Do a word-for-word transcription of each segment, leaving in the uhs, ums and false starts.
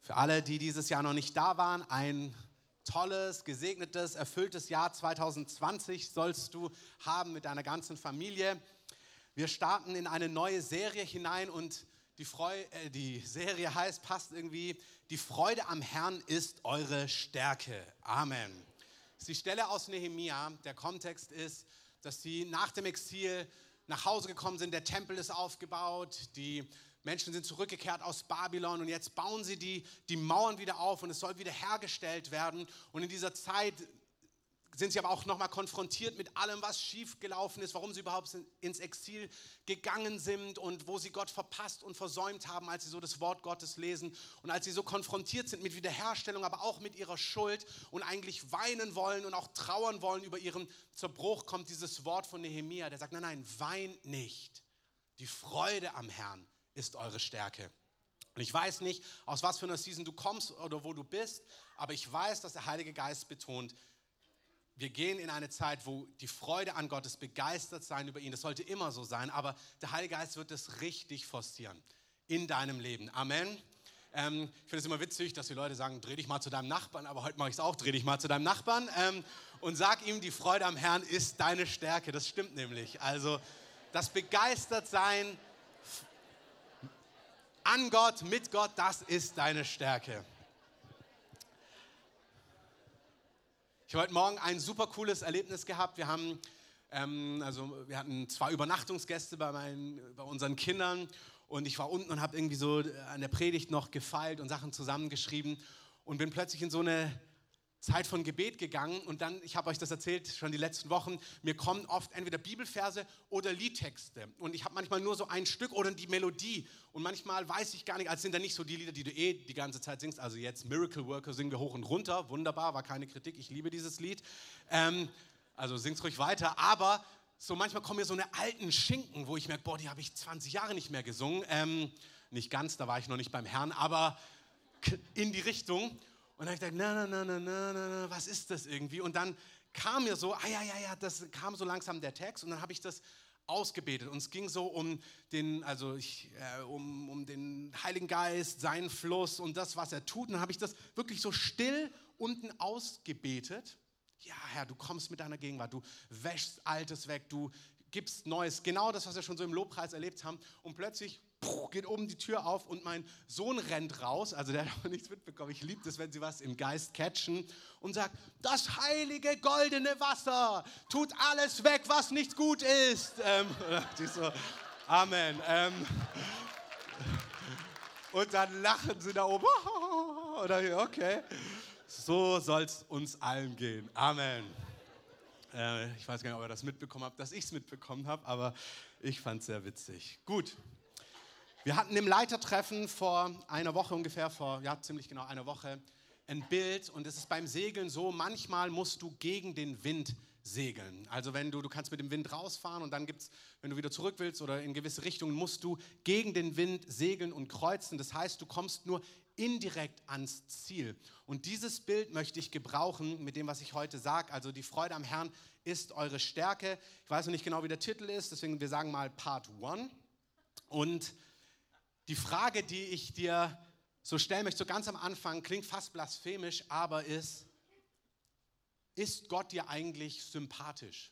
Für alle, die dieses Jahr noch nicht da waren, ein tolles, gesegnetes, erfülltes Jahr zwanzig zwanzig sollst du haben mit deiner ganzen Familie. Wir starten in eine neue Serie hinein und die, Freu- äh, die Serie heißt, passt irgendwie, die Freude am Herrn ist eure Stärke. Amen. Das ist die Stelle aus Nehemia. Der Kontext ist, dass sie nach dem Exil nach Hause gekommen sind, der Tempel ist aufgebaut, die Menschen sind zurückgekehrt aus Babylon und jetzt bauen sie die, die Mauern wieder auf und es soll wieder hergestellt werden. Und in dieser Zeit sind sie aber auch nochmal konfrontiert mit allem, was schiefgelaufen ist, warum sie überhaupt ins Exil gegangen sind und wo sie Gott verpasst und versäumt haben, als sie so das Wort Gottes lesen. Und als sie so konfrontiert sind mit Wiederherstellung, aber auch mit ihrer Schuld und eigentlich weinen wollen und auch trauern wollen über ihren Zerbruch, kommt dieses Wort von Nehemia, der sagt, nein, nein, weint nicht. Die Freude am Herrn ist eure Stärke. Und ich weiß nicht, aus was für einer Season du kommst oder wo du bist, aber ich weiß, dass der Heilige Geist betont, wir gehen in eine Zeit, wo die Freude an Gott ist, begeistert sein über ihn. Das sollte immer so sein, aber der Heilige Geist wird das richtig forcieren in deinem Leben. Amen. Ähm, ich finde es immer witzig, dass die Leute sagen, dreh dich mal zu deinem Nachbarn, aber heute mache ich es auch, dreh dich mal zu deinem Nachbarn ähm, und sag ihm, die Freude am Herrn ist deine Stärke. Das stimmt nämlich. Also das Begeistertsein an Gott, mit Gott, das ist deine Stärke. Ich habe heute Morgen ein super cooles Erlebnis gehabt. Wir haben, ähm, also wir hatten zwei Übernachtungsgäste bei, meinen, bei unseren Kindern und ich war unten und habe irgendwie so an der Predigt noch gefeilt und Sachen zusammengeschrieben und bin plötzlich in so eine Zeit von Gebet gegangen und dann, ich habe euch das erzählt, schon die letzten Wochen, mir kommen oft entweder Bibelverse oder Liedtexte und ich habe manchmal nur so ein Stück oder die Melodie und manchmal weiß ich gar nicht, also sind dann nicht so die Lieder, die du eh die ganze Zeit singst, also jetzt Miracle Worker singen wir hoch und runter, wunderbar, war keine Kritik, ich liebe dieses Lied, ähm, also sing's ruhig weiter, aber so manchmal kommen mir so eine alten Schinken, wo ich merke, boah, die habe ich zwanzig Jahre nicht mehr gesungen, ähm, nicht ganz, da war ich noch nicht beim Herrn, aber in die Richtung. Und dann habe ich gedacht, na, na, na, na, na, na, was ist das irgendwie? Und dann kam mir so, ah ja, ja, ja, das kam so langsam der Text und dann habe ich das ausgebetet. Und es ging so um den, also ich, äh, um, um den Heiligen Geist, seinen Fluss und das, was er tut. Und dann habe ich das wirklich so still unten ausgebetet. Ja, Herr, du kommst mit deiner Gegenwart, du wäschst Altes weg, du gibst Neues. Genau das, was wir schon so im Lobpreis erlebt haben. Und plötzlich geht oben die Tür auf und mein Sohn rennt raus, also der hat aber nichts mitbekommen, ich liebe das, wenn sie was im Geist catchen und sagt, das heilige goldene Wasser tut alles weg, was nicht gut ist. Ähm, ich so, Amen. Ähm, und dann lachen sie da oben, oder okay, so soll es uns allen gehen. Amen. Äh, ich weiß gar nicht, ob ihr das mitbekommen habt, dass ich es mitbekommen habe, aber ich fand es sehr witzig. Gut. Wir hatten im Leitertreffen vor einer Woche ungefähr, vor ja, ziemlich genau einer Woche, ein Bild und es ist beim Segeln so, manchmal musst du gegen den Wind segeln. Also wenn du, du kannst mit dem Wind rausfahren und dann gibt es, wenn du wieder zurück willst oder in gewisse Richtungen, musst du gegen den Wind segeln und kreuzen. Das heißt, du kommst nur indirekt ans Ziel. Und dieses Bild möchte ich gebrauchen mit dem, was ich heute sage. Also die Freude am Herrn ist eure Stärke. Ich weiß noch nicht genau, wie der Titel ist, deswegen wir sagen mal Part eins. Und die Frage, die ich dir so stellen möchte, so ganz am Anfang, klingt fast blasphemisch, aber ist, ist Gott dir eigentlich sympathisch?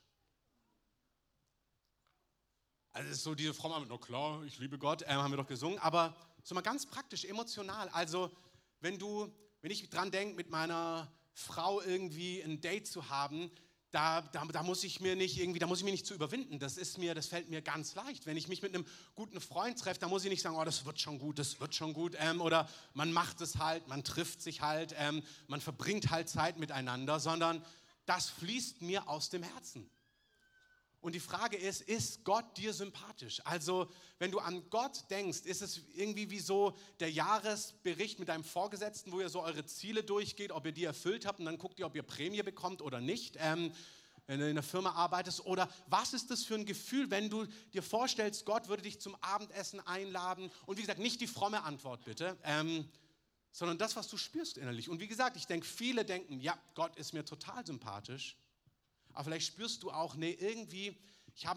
Also es ist so diese Frau mit, na klar, ich liebe Gott, äh, haben wir doch gesungen, aber so mal ganz praktisch, emotional. Also wenn du, wenn ich dran denke, mit meiner Frau irgendwie ein Date zu haben, Da, da, da muss ich mir nicht irgendwie, da muss ich mich nicht zu überwinden. Das ist mir, das fällt mir ganz leicht. Wenn ich mich mit einem guten Freund treffe, da muss ich nicht sagen, oh, das wird schon gut, das wird schon gut. Ähm, oder man macht es halt, man trifft sich halt, ähm, man verbringt halt Zeit miteinander, sondern das fließt mir aus dem Herzen. Und die Frage ist, ist Gott dir sympathisch? Also, wenn du an Gott denkst, ist es irgendwie wie so der Jahresbericht mit deinem Vorgesetzten, wo ihr so eure Ziele durchgeht, ob ihr die erfüllt habt und dann guckt ihr, ob ihr Prämie bekommt oder nicht, ähm, wenn du in der Firma arbeitest. Oder was ist das für ein Gefühl, wenn du dir vorstellst, Gott würde dich zum Abendessen einladen? Und wie gesagt, nicht die fromme Antwort bitte, ähm, sondern das, was du spürst innerlich. Und wie gesagt, ich denke, viele denken, ja, Gott ist mir total sympathisch. Aber vielleicht spürst du auch, nee, irgendwie, ich habe ein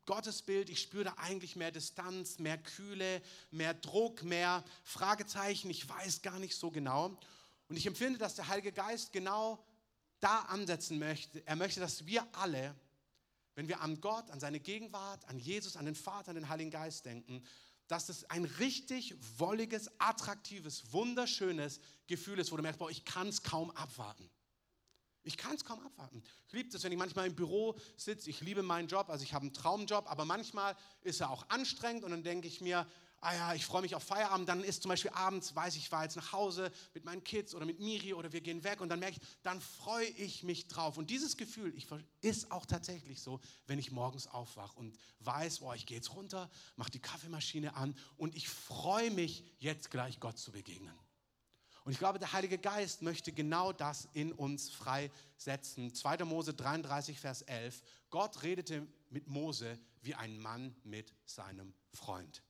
Gottesbild, ich spüre da eigentlich mehr Distanz, mehr Kühle, mehr Druck, mehr Fragezeichen, ich weiß gar nicht so genau. Und ich empfinde, dass der Heilige Geist genau da ansetzen möchte. Er möchte, dass wir alle, wenn wir an Gott, an seine Gegenwart, an Jesus, an den Vater, an den Heiligen Geist denken, dass es ein richtig wolliges, attraktives, wunderschönes Gefühl ist, wo du merkst, boah, ich kann es kaum abwarten. Ich kann es kaum abwarten. Ich liebe es, wenn ich manchmal im Büro sitze. Ich liebe meinen Job, also ich habe einen Traumjob, aber manchmal ist er auch anstrengend und dann denke ich mir, ah ja, ich freue mich auf Feierabend. Dann ist zum Beispiel abends, weiß ich, ich war jetzt nach Hause mit meinen Kids oder mit Miri oder wir gehen weg und dann merke ich, dann freue ich mich drauf. Und dieses Gefühl ich, ist auch tatsächlich so, wenn ich morgens aufwache und weiß, oh, ich gehe jetzt runter, mache die Kaffeemaschine an und ich freue mich, jetzt gleich Gott zu begegnen. Und ich glaube, der Heilige Geist möchte genau das in uns freisetzen. zweiter Mose dreiunddreißig, Vers elf. Gott redete mit Mose wie ein Mann mit seinem Freund.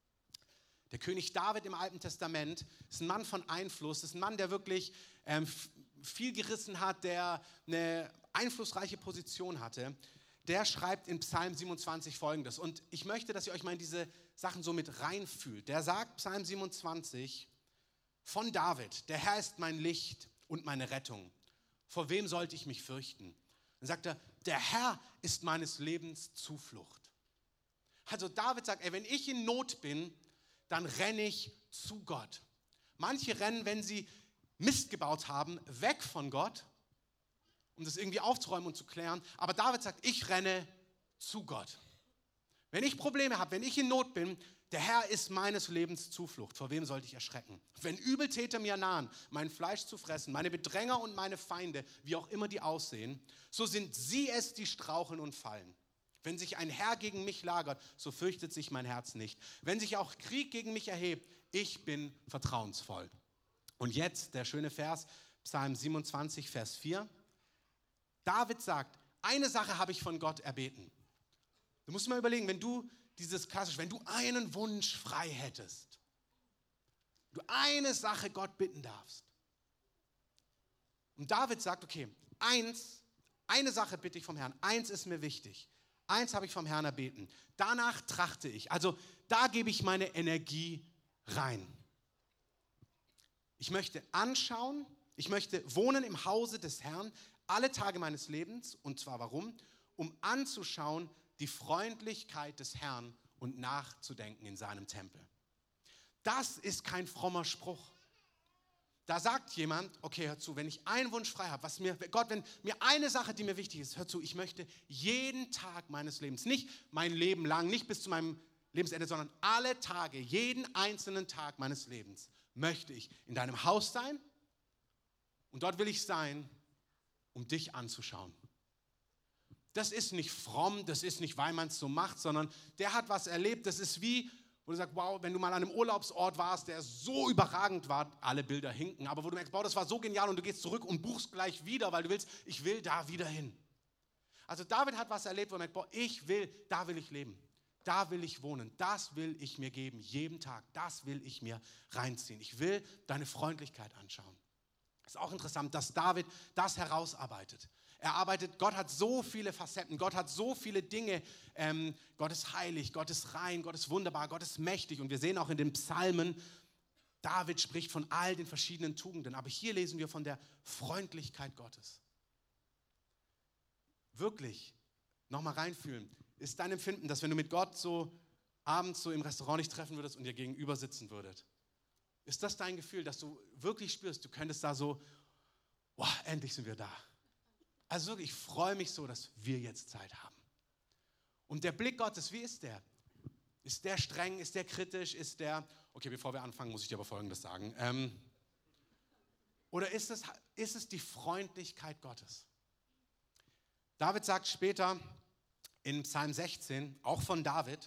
Der König David im Alten Testament ist ein Mann von Einfluss, ist ein Mann, der wirklich ähm, viel gerissen hat, der eine einflussreiche Position hatte. Der schreibt in Psalm siebenundzwanzig Folgendes. Und ich möchte, dass ihr euch mal in diese Sachen so mit reinfühlt. Der sagt, Psalm siebenundzwanzig, von David, der Herr ist mein Licht und meine Rettung. Vor wem sollte ich mich fürchten? Dann sagt er, der Herr ist meines Lebens Zuflucht. Also David sagt, ey, wenn ich in Not bin, dann renne ich zu Gott. Manche rennen, wenn sie Mist gebaut haben, weg von Gott, um das irgendwie aufzuräumen und zu klären. Aber David sagt, ich renne zu Gott. Wenn ich Probleme habe, wenn ich in Not bin, der Herr ist meines Lebens Zuflucht. Vor wem sollte ich erschrecken? Wenn Übeltäter mir nahen, mein Fleisch zu fressen, meine Bedränger und meine Feinde, wie auch immer die aussehen, so sind sie es, die straucheln und fallen. Wenn sich ein Herr gegen mich lagert, so fürchtet sich mein Herz nicht. Wenn sich auch Krieg gegen mich erhebt, ich bin vertrauensvoll. Und jetzt der schöne Vers, Psalm siebenundzwanzig, Vers vier. David sagt, eine Sache habe ich von Gott erbeten. Du musst mal überlegen, wenn du dieses klassische, wenn du einen Wunsch frei hättest, du eine Sache Gott bitten darfst. Und David sagt, okay, eins, eine Sache bitte ich vom Herrn, eins ist mir wichtig. Eins habe ich vom Herrn erbeten. Danach trachte ich. Also da gebe ich meine Energie rein. Ich möchte anschauen, ich möchte wohnen im Hause des Herrn alle Tage meines Lebens. Und zwar warum? Um anzuschauen die Freundlichkeit des Herrn und nachzudenken in seinem Tempel. Das ist kein frommer Spruch. Da sagt jemand, okay, hör zu, wenn ich einen Wunsch frei habe, was mir, Gott, wenn mir eine Sache, die mir wichtig ist, hör zu, ich möchte jeden Tag meines Lebens, nicht mein Leben lang, nicht bis zu meinem Lebensende, sondern alle Tage, jeden einzelnen Tag meines Lebens, möchte ich in deinem Haus sein und dort will ich sein, um dich anzuschauen. Das ist nicht fromm, das ist nicht, weil man es so macht, sondern der hat was erlebt, das ist wie, wo du sagst, wow, wenn du mal an einem Urlaubsort warst, der so überragend war, alle Bilder hinken, aber wo du merkst, wow, das war so genial und du gehst zurück und buchst gleich wieder, weil du willst, ich will da wieder hin. Also David hat was erlebt, wo er merkt, boah, ich will, da will ich leben, da will ich wohnen, das will ich mir geben, jeden Tag, das will ich mir reinziehen. Ich will deine Freundlichkeit anschauen. Das ist auch interessant, dass David das herausarbeitet. Er arbeitet, Gott hat so viele Facetten, Gott hat so viele Dinge. Ähm, Gott ist heilig, Gott ist rein, Gott ist wunderbar, Gott ist mächtig. Und wir sehen auch in den Psalmen, David spricht von all den verschiedenen Tugenden. Aber hier lesen wir von der Freundlichkeit Gottes. Wirklich, nochmal reinfühlen, ist dein Empfinden, dass wenn du mit Gott so abends so im Restaurant nicht treffen würdest und dir gegenüber sitzen würdet, ist das dein Gefühl, dass du wirklich spürst, du könntest da so, boah, endlich sind wir da. Also wirklich, ich freue mich so, dass wir jetzt Zeit haben. Und der Blick Gottes, wie ist der? Ist der streng? Ist der kritisch? Ist der, okay, bevor wir anfangen, muss ich dir aber Folgendes sagen. Ähm, oder ist es, ist es die Freundlichkeit Gottes? David sagt später in Psalm sechzehn, auch von David,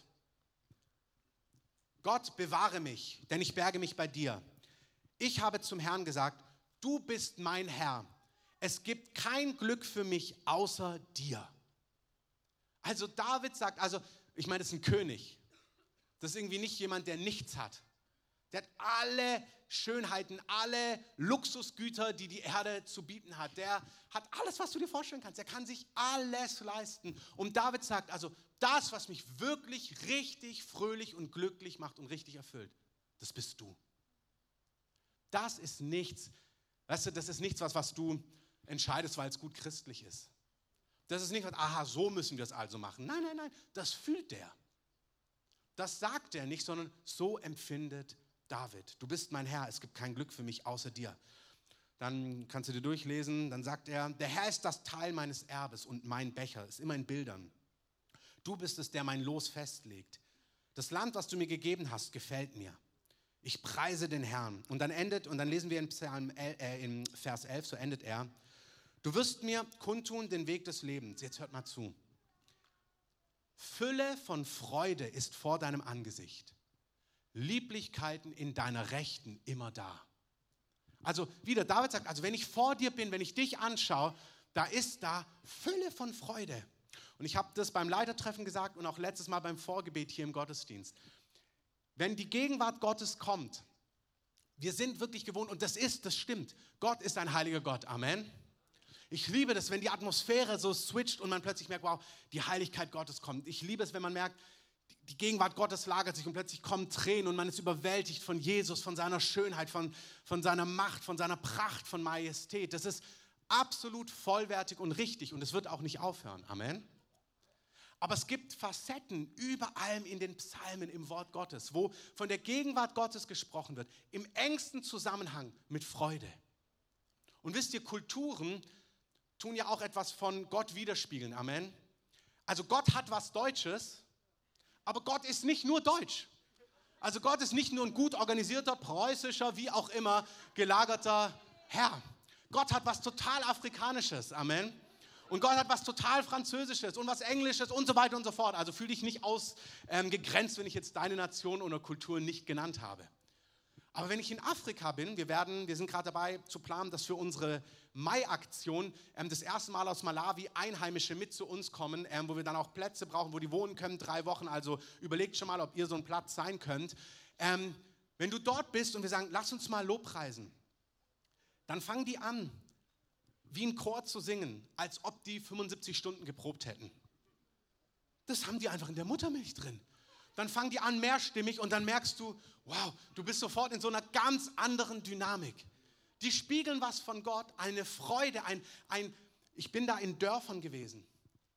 Gott, bewahre mich, denn ich berge mich bei dir. Ich habe zum Herrn gesagt, du bist mein Herr. Es gibt kein Glück für mich außer dir. Also David sagt, also ich meine, das ist ein König. Das ist irgendwie nicht jemand, der nichts hat. Der hat alle Schönheiten, alle Luxusgüter, die die Erde zu bieten hat. Der hat alles, was du dir vorstellen kannst. Er kann sich alles leisten. Und David sagt, also das, was mich wirklich richtig fröhlich und glücklich macht und richtig erfüllt, das bist du. Das ist nichts, weißt du, das ist nichts, was, was du entscheidest, weil es gut christlich ist. Das ist nicht, was, aha, so müssen wir es also machen. Nein, nein, nein, das fühlt der. Das sagt er nicht, sondern so empfindet David. Du bist mein Herr, es gibt kein Glück für mich außer dir. Dann kannst du dir durchlesen, dann sagt er, der Herr ist das Teil meines Erbes und mein Becher, ist immer in Bildern. Du bist es, der mein Los festlegt. Das Land, was du mir gegeben hast, gefällt mir. Ich preise den Herrn. Und dann endet, und dann lesen wir in, Psalm, äh, in Vers elf, so endet er, du wirst mir kundtun den Weg des Lebens. Jetzt hört mal zu. Fülle von Freude ist vor deinem Angesicht. Lieblichkeiten in deiner Rechten immer da. Also wieder, David sagt, also wenn ich vor dir bin, wenn ich dich anschaue, da ist da Fülle von Freude. Und ich habe das beim Leitertreffen gesagt und auch letztes Mal beim Vorgebet hier im Gottesdienst. Wenn die Gegenwart Gottes kommt, wir sind wirklich gewohnt, und das ist, das stimmt, Gott ist ein heiliger Gott, Amen. Ich liebe das, wenn die Atmosphäre so switcht und man plötzlich merkt, wow, die Heiligkeit Gottes kommt. Ich liebe es, wenn man merkt, die Gegenwart Gottes lagert sich und plötzlich kommen Tränen und man ist überwältigt von Jesus, von seiner Schönheit, von, von seiner Macht, von seiner Pracht, von Majestät. Das ist absolut vollwertig und richtig und es wird auch nicht aufhören. Amen. Aber es gibt Facetten überall in den Psalmen im Wort Gottes, wo von der Gegenwart Gottes gesprochen wird, im engsten Zusammenhang mit Freude. Und wisst ihr, Kulturen tun ja auch etwas von Gott widerspiegeln. Amen. Also Gott hat was Deutsches, aber Gott ist nicht nur deutsch. Also Gott ist nicht nur ein gut organisierter, preußischer, wie auch immer, gelagerter Herr. Gott hat was total Afrikanisches, Amen. Und Gott hat was total Französisches und was Englisches und so weiter und so fort. Also fühl dich nicht ausgegrenzt, ähm, wenn ich jetzt deine Nation oder Kultur nicht genannt habe. Aber wenn ich in Afrika bin, wir werden, wir sind gerade dabei zu planen, dass für unsere Mai-Aktion ähm, das erste Mal aus Malawi Einheimische mit zu uns kommen, ähm, wo wir dann auch Plätze brauchen, wo die wohnen können, drei Wochen. Also überlegt schon mal, ob ihr so ein Platz sein könnt. Ähm, wenn du dort bist und wir sagen, lass uns mal Lobpreisen, dann fangen die an, wie ein Chor zu singen, als ob die fünfundsiebzig Stunden geprobt hätten. Das haben die einfach in der Muttermilch drin. Dann fangen die an mehrstimmig und dann merkst du, wow, du bist sofort in so einer ganz anderen Dynamik. Die spiegeln was von Gott, eine Freude, ein, ein ich bin da in Dörfern gewesen,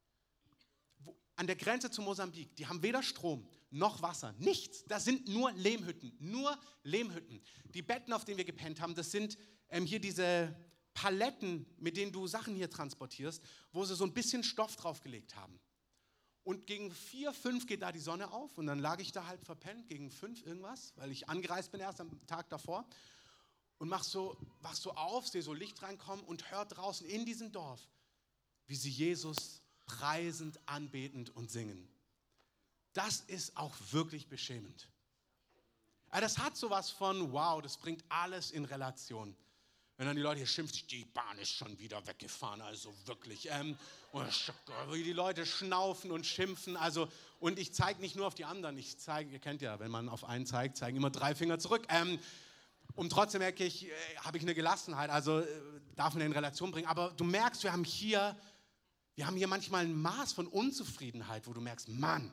wo, an der Grenze zu Mosambik, die haben weder Strom noch Wasser, nichts, das sind nur Lehmhütten, nur Lehmhütten. Die Betten, auf denen wir gepennt haben, das sind ähm, hier diese Paletten, mit denen du Sachen hier transportierst, wo sie so ein bisschen Stoff draufgelegt haben. Und gegen vier, fünf geht da die Sonne auf und dann lag ich da halb verpennt, gegen fünf irgendwas, weil ich angereist bin erst am Tag davor und mach so, wach so auf, sehe so Licht reinkommen und hör draußen in diesem Dorf, wie sie Jesus preisend, anbetend und singen. Das ist auch wirklich beschämend. Aber das hat sowas von, wow, das bringt alles in Relation. Wenn dann die Leute hier schimpfen, die Bahn ist schon wieder weggefahren, also wirklich. Ähm, wie die Leute schnaufen und schimpfen. Also, und ich zeige nicht nur auf die anderen, ich zeige, ihr kennt ja, wenn man auf einen zeigt, zeigen immer drei Finger zurück. Ähm, und trotzdem merke ich, äh, habe ich eine Gelassenheit, also äh, darf man in Relation bringen. Aber du merkst, wir haben hier, wir haben hier manchmal ein Maß von Unzufriedenheit, wo du merkst, Mann.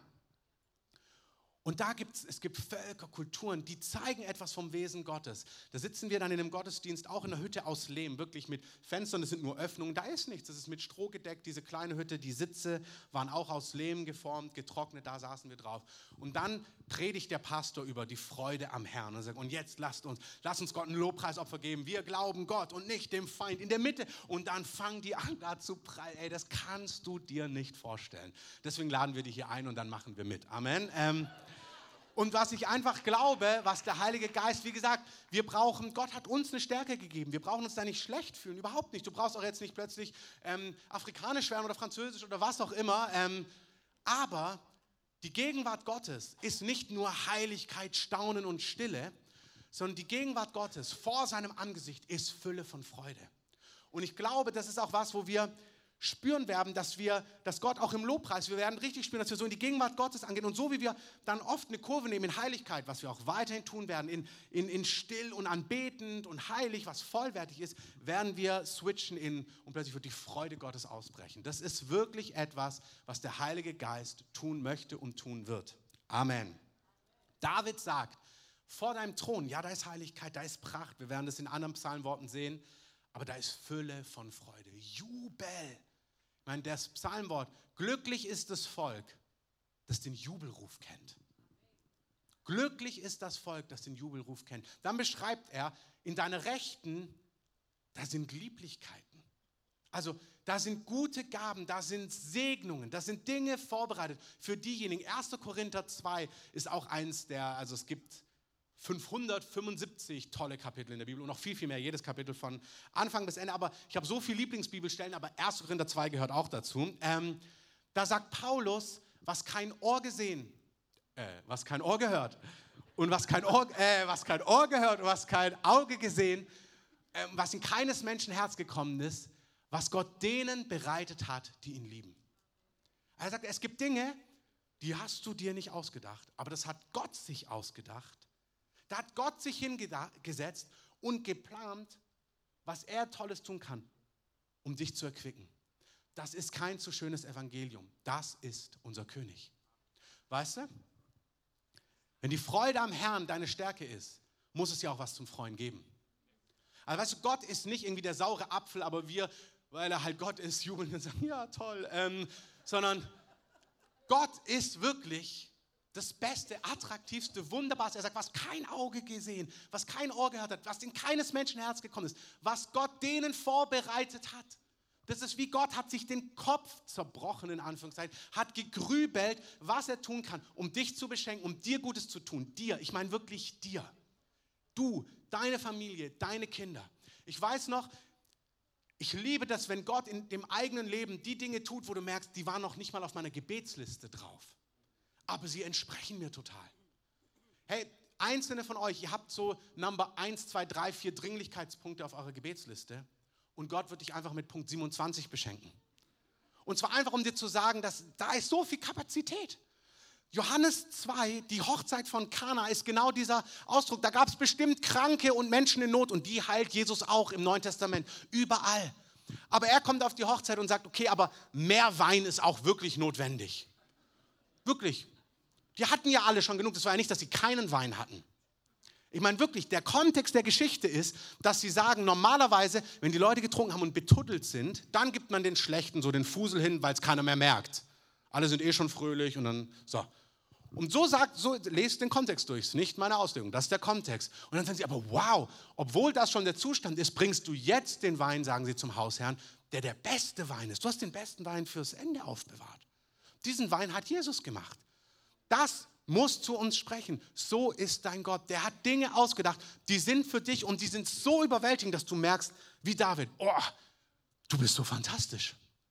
Und da gibt es, es gibt Völker, Kulturen, die zeigen etwas vom Wesen Gottes. Da sitzen wir dann in einem Gottesdienst, auch in einer Hütte aus Lehm, wirklich mit Fenstern, das sind nur Öffnungen, da ist nichts, das ist mit Stroh gedeckt, diese kleine Hütte, die Sitze waren auch aus Lehm geformt, getrocknet, da saßen wir drauf. Und dann predigt der Pastor über die Freude am Herrn und sagt, und jetzt lasst uns, lasst uns Gott ein Lobpreisopfer geben, wir glauben Gott und nicht dem Feind in der Mitte. Und dann fangen die an, da zu prallen, ey, das kannst du dir nicht vorstellen. Deswegen laden wir dich hier ein und dann machen wir mit. Amen. Ähm, Und was ich einfach glaube, was der Heilige Geist, wie gesagt, wir brauchen, Gott hat uns eine Stärke gegeben. Wir brauchen uns da nicht schlecht fühlen, überhaupt nicht. Du brauchst auch jetzt nicht plötzlich ähm, Afrikanisch werden oder Französisch oder was auch immer. Ähm, aber die Gegenwart Gottes ist nicht nur Heiligkeit, Staunen und Stille, sondern die Gegenwart Gottes vor seinem Angesicht ist Fülle von Freude. Und ich glaube, das ist auch was, wo wir spüren werden, dass wir, dass Gott auch im Lobpreis, wir werden richtig spüren, dass wir so in die Gegenwart Gottes angehen. Und so wie wir dann oft eine Kurve nehmen in Heiligkeit, was wir auch weiterhin tun werden, in, in, in still und anbetend und heilig, was vollwertig ist, werden wir switchen in und plötzlich wird die Freude Gottes ausbrechen. Das ist wirklich etwas, was der Heilige Geist tun möchte und tun wird. Amen. David sagt, vor deinem Thron, ja, da ist Heiligkeit, da ist Pracht. Wir werden das in anderen Psalmworten sehen. Aber da ist Fülle von Freude, Jubel. Ich meine, das Psalmwort, glücklich ist das Volk, das den Jubelruf kennt. Glücklich ist das Volk, das den Jubelruf kennt. Dann beschreibt er, in deiner Rechten, da sind Lieblichkeiten. Also da sind gute Gaben, da sind Segnungen, da sind Dinge vorbereitet für diejenigen. erster Korinther zwei ist auch eins der, also es gibt fünfhundertfünfundsiebzig tolle Kapitel in der Bibel und noch viel, viel mehr, jedes Kapitel von Anfang bis Ende. Aber ich habe so viele Lieblingsbibelstellen, aber erster Korinther zwei gehört auch dazu. Ähm, da sagt Paulus, was kein Ohr gesehen, äh, was kein Ohr gehört und was kein Ohr, äh, was kein Ohr gehört und was kein Auge gesehen, äh, was in keines Menschen Herz gekommen ist, was Gott denen bereitet hat, die ihn lieben. Er sagt, es gibt Dinge, die hast du dir nicht ausgedacht, aber das hat Gott sich ausgedacht. Da hat Gott sich hingesetzt und geplant, was er Tolles tun kann, um dich zu erquicken. Das ist kein zu schönes Evangelium. Das ist unser König. Weißt du? Wenn die Freude am Herrn deine Stärke ist, muss es ja auch was zum Freuen geben. Also weißt du, Gott ist nicht irgendwie der saure Apfel, aber wir, weil er halt Gott ist, jubeln und sagen, ja toll, ähm, sondern Gott ist wirklich das Beste, Attraktivste, Wunderbarste. Er sagt, was kein Auge gesehen, was kein Ohr gehört hat, was in keines Menschen Herz gekommen ist, was Gott denen vorbereitet hat. Das ist wie Gott hat sich den Kopf zerbrochen, in Anführungszeichen, hat gegrübelt, was er tun kann, um dich zu beschenken, um dir Gutes zu tun. Dir, ich meine wirklich dir. Du, deine Familie, deine Kinder. Ich weiß noch, ich liebe das, wenn Gott in dem eigenen Leben die Dinge tut, wo du merkst, die waren noch nicht mal auf meiner Gebetsliste drauf. Aber sie entsprechen mir total. Hey, einzelne von euch, ihr habt so Number eins, zwei, drei, vier Dringlichkeitspunkte auf eurer Gebetsliste und Gott wird dich einfach mit Punkt siebenundzwanzig beschenken. Und zwar einfach, um dir zu sagen, dass da ist so viel Kapazität. Johannes zwei, die Hochzeit von Kana, ist genau dieser Ausdruck. Da gab es bestimmt Kranke und Menschen in Not und die heilt Jesus auch im Neuen Testament, überall. Aber er kommt auf die Hochzeit und sagt, okay, aber mehr Wein ist auch wirklich notwendig. Wirklich. Die hatten ja alle schon genug. Das war ja nicht, dass sie keinen Wein hatten. Ich meine wirklich, der Kontext der Geschichte ist, dass sie sagen, normalerweise, wenn die Leute getrunken haben und betuddelt sind, dann gibt man den Schlechten so den Fusel hin, weil es keiner mehr merkt. Alle sind eh schon fröhlich und dann, so. Und so sagt, so lest den Kontext durch, ist nicht meine Auslegung, das ist der Kontext. Und dann sagen sie, aber wow, obwohl das schon der Zustand ist, bringst du jetzt den Wein, sagen sie zum Hausherrn, der der beste Wein ist. Du hast den besten Wein fürs Ende aufbewahrt. Diesen Wein hat Jesus gemacht. Das muss zu uns sprechen. So ist dein Gott. Der hat Dinge ausgedacht, die sind für dich und die sind so überwältigend, dass du merkst, wie David, oh, du bist so fantastisch.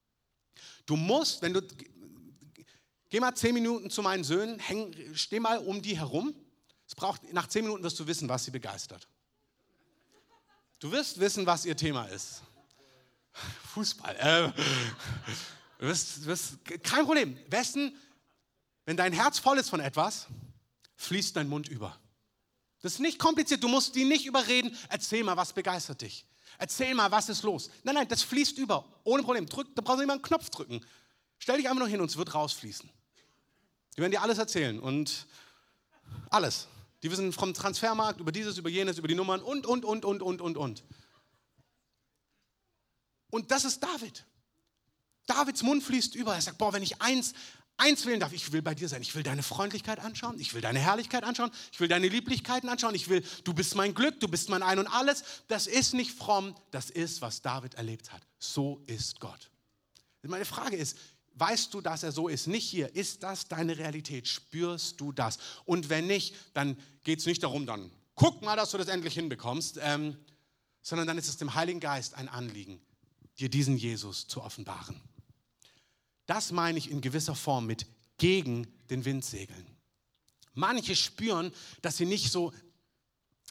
Du musst, wenn du, geh mal zehn Minuten zu meinen Söhnen, häng, steh mal um die herum. Es braucht, nach zehn Minuten wirst du wissen, was sie begeistert. Du wirst wissen, was ihr Thema ist. Fußball. Äh, du wirst, du wirst, kein Problem. Wessen Wenn dein Herz voll ist von etwas, fließt dein Mund über. Das ist nicht kompliziert, du musst die nicht überreden. Erzähl mal, was begeistert dich? Erzähl mal, was ist los? Nein, nein, das fließt über, ohne Problem. Drück, da brauchst du nicht mal einen Knopf drücken. Stell dich einfach nur hin und es wird rausfließen. Die werden dir alles erzählen und alles. Die wissen vom Transfermarkt, über dieses, über jenes, über die Nummern und, und, und, und, und, und, und. Und das ist David. Davids Mund fließt über. Er sagt, boah, wenn ich eins... Eins wählen darf, ich will bei dir sein. Ich will deine Freundlichkeit anschauen, ich will deine Herrlichkeit anschauen, ich will deine Lieblichkeiten anschauen, ich will, du bist mein Glück, du bist mein Ein und Alles. Das ist nicht fromm, das ist, was David erlebt hat. So ist Gott. Meine Frage ist, weißt du, dass er so ist? Nicht hier. Ist das deine Realität? Spürst du das? Und wenn nicht, dann geht es nicht darum, dann guck mal, dass du das endlich hinbekommst, ähm, sondern dann ist es dem Heiligen Geist ein Anliegen, dir diesen Jesus zu offenbaren. Das meine ich in gewisser Form mit gegen den Wind segeln. Manche spüren, dass sie nicht so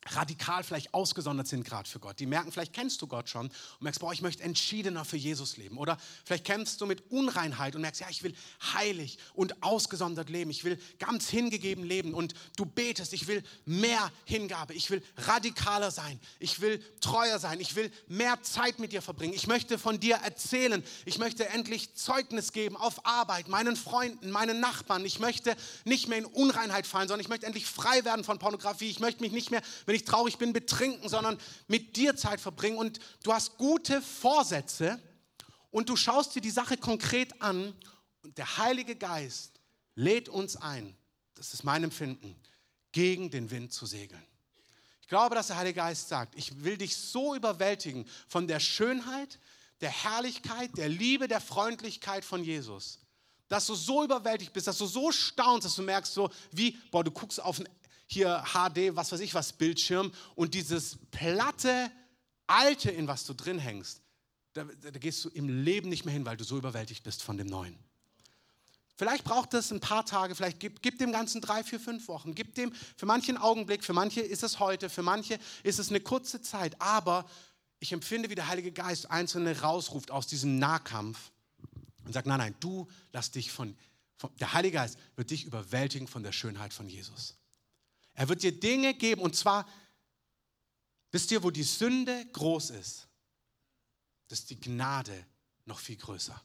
radikal vielleicht ausgesondert sind gerade für Gott. Die merken, vielleicht kennst du Gott schon und merkst, boah, ich möchte entschiedener für Jesus leben. Oder vielleicht kämpfst du mit Unreinheit und merkst, ja, ich will heilig und ausgesondert leben. Ich will ganz hingegeben leben und du betest, ich will mehr Hingabe. Ich will radikaler sein. Ich will treuer sein. Ich will mehr Zeit mit dir verbringen. Ich möchte von dir erzählen. Ich möchte endlich Zeugnis geben auf Arbeit, meinen Freunden, meinen Nachbarn. Ich möchte nicht mehr in Unreinheit fallen, sondern ich möchte endlich frei werden von Pornografie. Ich möchte mich nicht mehr, wenn ich traurig bin, betrinken, sondern mit dir Zeit verbringen. Und du hast gute Vorsätze und du schaust dir die Sache konkret an und der Heilige Geist lädt uns ein, das ist mein Empfinden, gegen den Wind zu segeln. Ich glaube, dass der Heilige Geist sagt, ich will dich so überwältigen von der Schönheit, der Herrlichkeit, der Liebe, der Freundlichkeit von Jesus, dass du so überwältigt bist, dass du so staunst, dass du merkst, so wie, boah, du guckst auf ein hier H D, was weiß ich was, Bildschirm und dieses platte, alte, in was du drin hängst, da, da gehst du im Leben nicht mehr hin, weil du so überwältigt bist von dem Neuen. Vielleicht braucht es ein paar Tage, vielleicht gib, gib dem Ganzen drei, vier, fünf Wochen, gib dem für manche einen Augenblick, für manche ist es heute, für manche ist es eine kurze Zeit, aber ich empfinde, wie der Heilige Geist Einzelne rausruft aus diesem Nahkampf und sagt, nein, nein, du lass dich von, von der Heilige Geist wird dich überwältigen von der Schönheit von Jesus. Er wird dir Dinge geben und zwar, wisst ihr, wo die Sünde groß ist, ist die Gnade noch viel größer.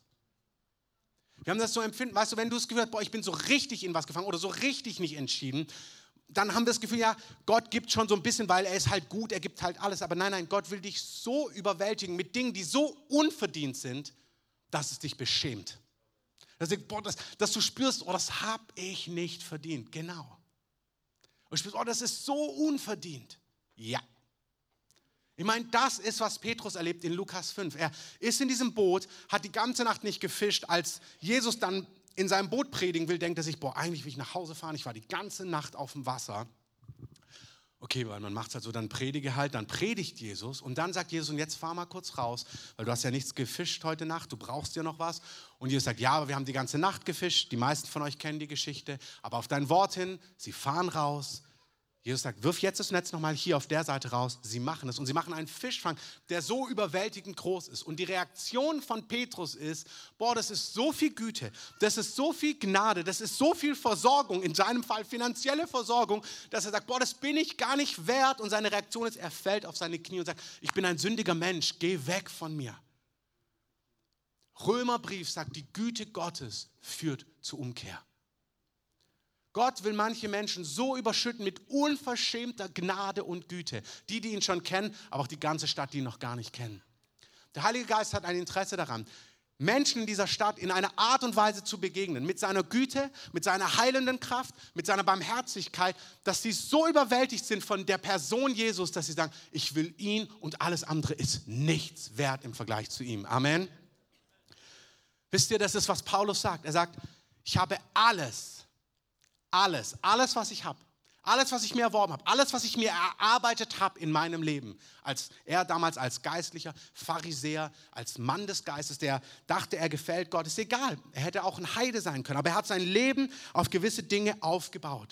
Wir haben das so empfinden, weißt du, wenn du das Gefühl hast, boah, ich bin so richtig in was gefangen oder so richtig nicht entschieden, dann haben wir das Gefühl, ja, Gott gibt schon so ein bisschen, weil er ist halt gut, er gibt halt alles. Aber nein, nein, Gott will dich so überwältigen mit Dingen, die so unverdient sind, dass es dich beschämt. Dass, boah, das, dass du spürst, oh, das habe ich nicht verdient. Genau. Und ich spürst, oh, das ist so unverdient. Ja. Ich meine, das ist, was Petrus erlebt in Lukas fünf. Er ist in diesem Boot, hat die ganze Nacht nicht gefischt. Als Jesus dann in seinem Boot predigen will, denkt er sich, boah, eigentlich will ich nach Hause fahren. Ich war die ganze Nacht auf dem Wasser. Okay, weil man macht es halt so, dann predige halt, dann predigt Jesus. Und dann sagt Jesus, und jetzt fahr mal kurz raus, weil du hast ja nichts gefischt heute Nacht, du brauchst ja noch was. Und Jesus sagt, ja, aber wir haben die ganze Nacht gefischt. Die meisten von euch kennen die Geschichte. Aber auf dein Wort hin, sie fahren raus. Jesus sagt, wirf jetzt das Netz nochmal hier auf der Seite raus. Sie machen es und sie machen einen Fischfang, der so überwältigend groß ist. Und die Reaktion von Petrus ist, boah, das ist so viel Güte, das ist so viel Gnade, das ist so viel Versorgung, in seinem Fall finanzielle Versorgung, dass er sagt, boah, das bin ich gar nicht wert. Und seine Reaktion ist, er fällt auf seine Knie und sagt, ich bin ein sündiger Mensch, geh weg von mir. Römerbrief sagt, die Güte Gottes führt zur Umkehr. Gott will manche Menschen so überschütten mit unverschämter Gnade und Güte. Die, die ihn schon kennen, aber auch die ganze Stadt, die ihn noch gar nicht kennen. Der Heilige Geist hat ein Interesse daran, Menschen in dieser Stadt in einer Art und Weise zu begegnen, mit seiner Güte, mit seiner heilenden Kraft, mit seiner Barmherzigkeit, dass sie so überwältigt sind von der Person Jesus, dass sie sagen, ich will ihn und alles andere ist nichts wert im Vergleich zu ihm. Amen. Wisst ihr, das ist, was Paulus sagt. Er sagt, ich habe alles, Alles, alles, was ich habe, alles, was ich mir erworben habe, alles, was ich mir erarbeitet habe in meinem Leben, als er damals als geistlicher Pharisäer, als Mann des Geistes, der dachte, er gefällt Gott, ist egal. Er hätte auch ein Heide sein können, aber er hat sein Leben auf gewisse Dinge aufgebaut.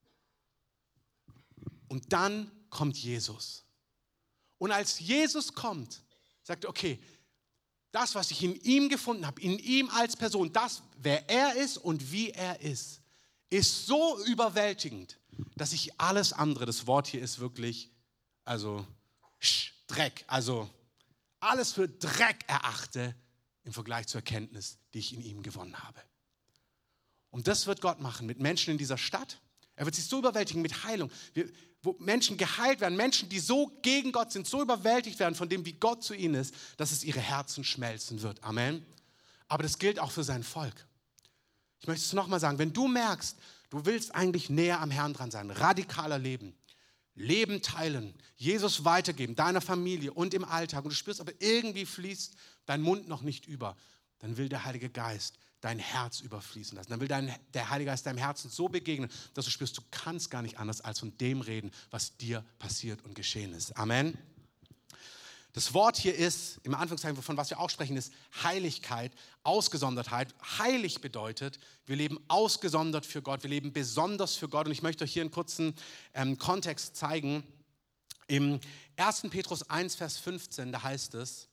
Und dann kommt Jesus. Und als Jesus kommt, sagt er, okay, das, was ich in ihm gefunden habe, in ihm als Person, das, wer er ist und wie er ist, ist so überwältigend, dass ich alles andere, das Wort hier ist wirklich, also sch, Dreck, also alles für Dreck erachte im Vergleich zur Erkenntnis, die ich in ihm gewonnen habe. Und das wird Gott machen mit Menschen in dieser Stadt. Er wird sich so überwältigen mit Heilung, wo Menschen geheilt werden, Menschen, die so gegen Gott sind, so überwältigt werden von dem, wie Gott zu ihnen ist, dass es ihre Herzen schmelzen wird. Amen. Aber das gilt auch für sein Volk. Ich möchte es nochmal sagen, wenn du merkst, du willst eigentlich näher am Herrn dran sein, radikaler leben, Leben teilen, Jesus weitergeben, deiner Familie und im Alltag, und du spürst aber irgendwie fließt dein Mund noch nicht über, dann will der Heilige Geist dein Herz überfließen lassen. Dann will dein, der Heilige Geist deinem Herzen so begegnen, dass du spürst, du kannst gar nicht anders als von dem reden, was dir passiert und geschehen ist. Amen. Das Wort hier ist, im Anführungszeichen, von was wir auch sprechen, ist Heiligkeit, Ausgesondertheit. Heilig bedeutet, wir leben ausgesondert für Gott, wir leben besonders für Gott. Und ich möchte euch hier einen kurzen ähm, Kontext zeigen. Im ersten Petrus eins, Vers fünfzehn, da heißt es,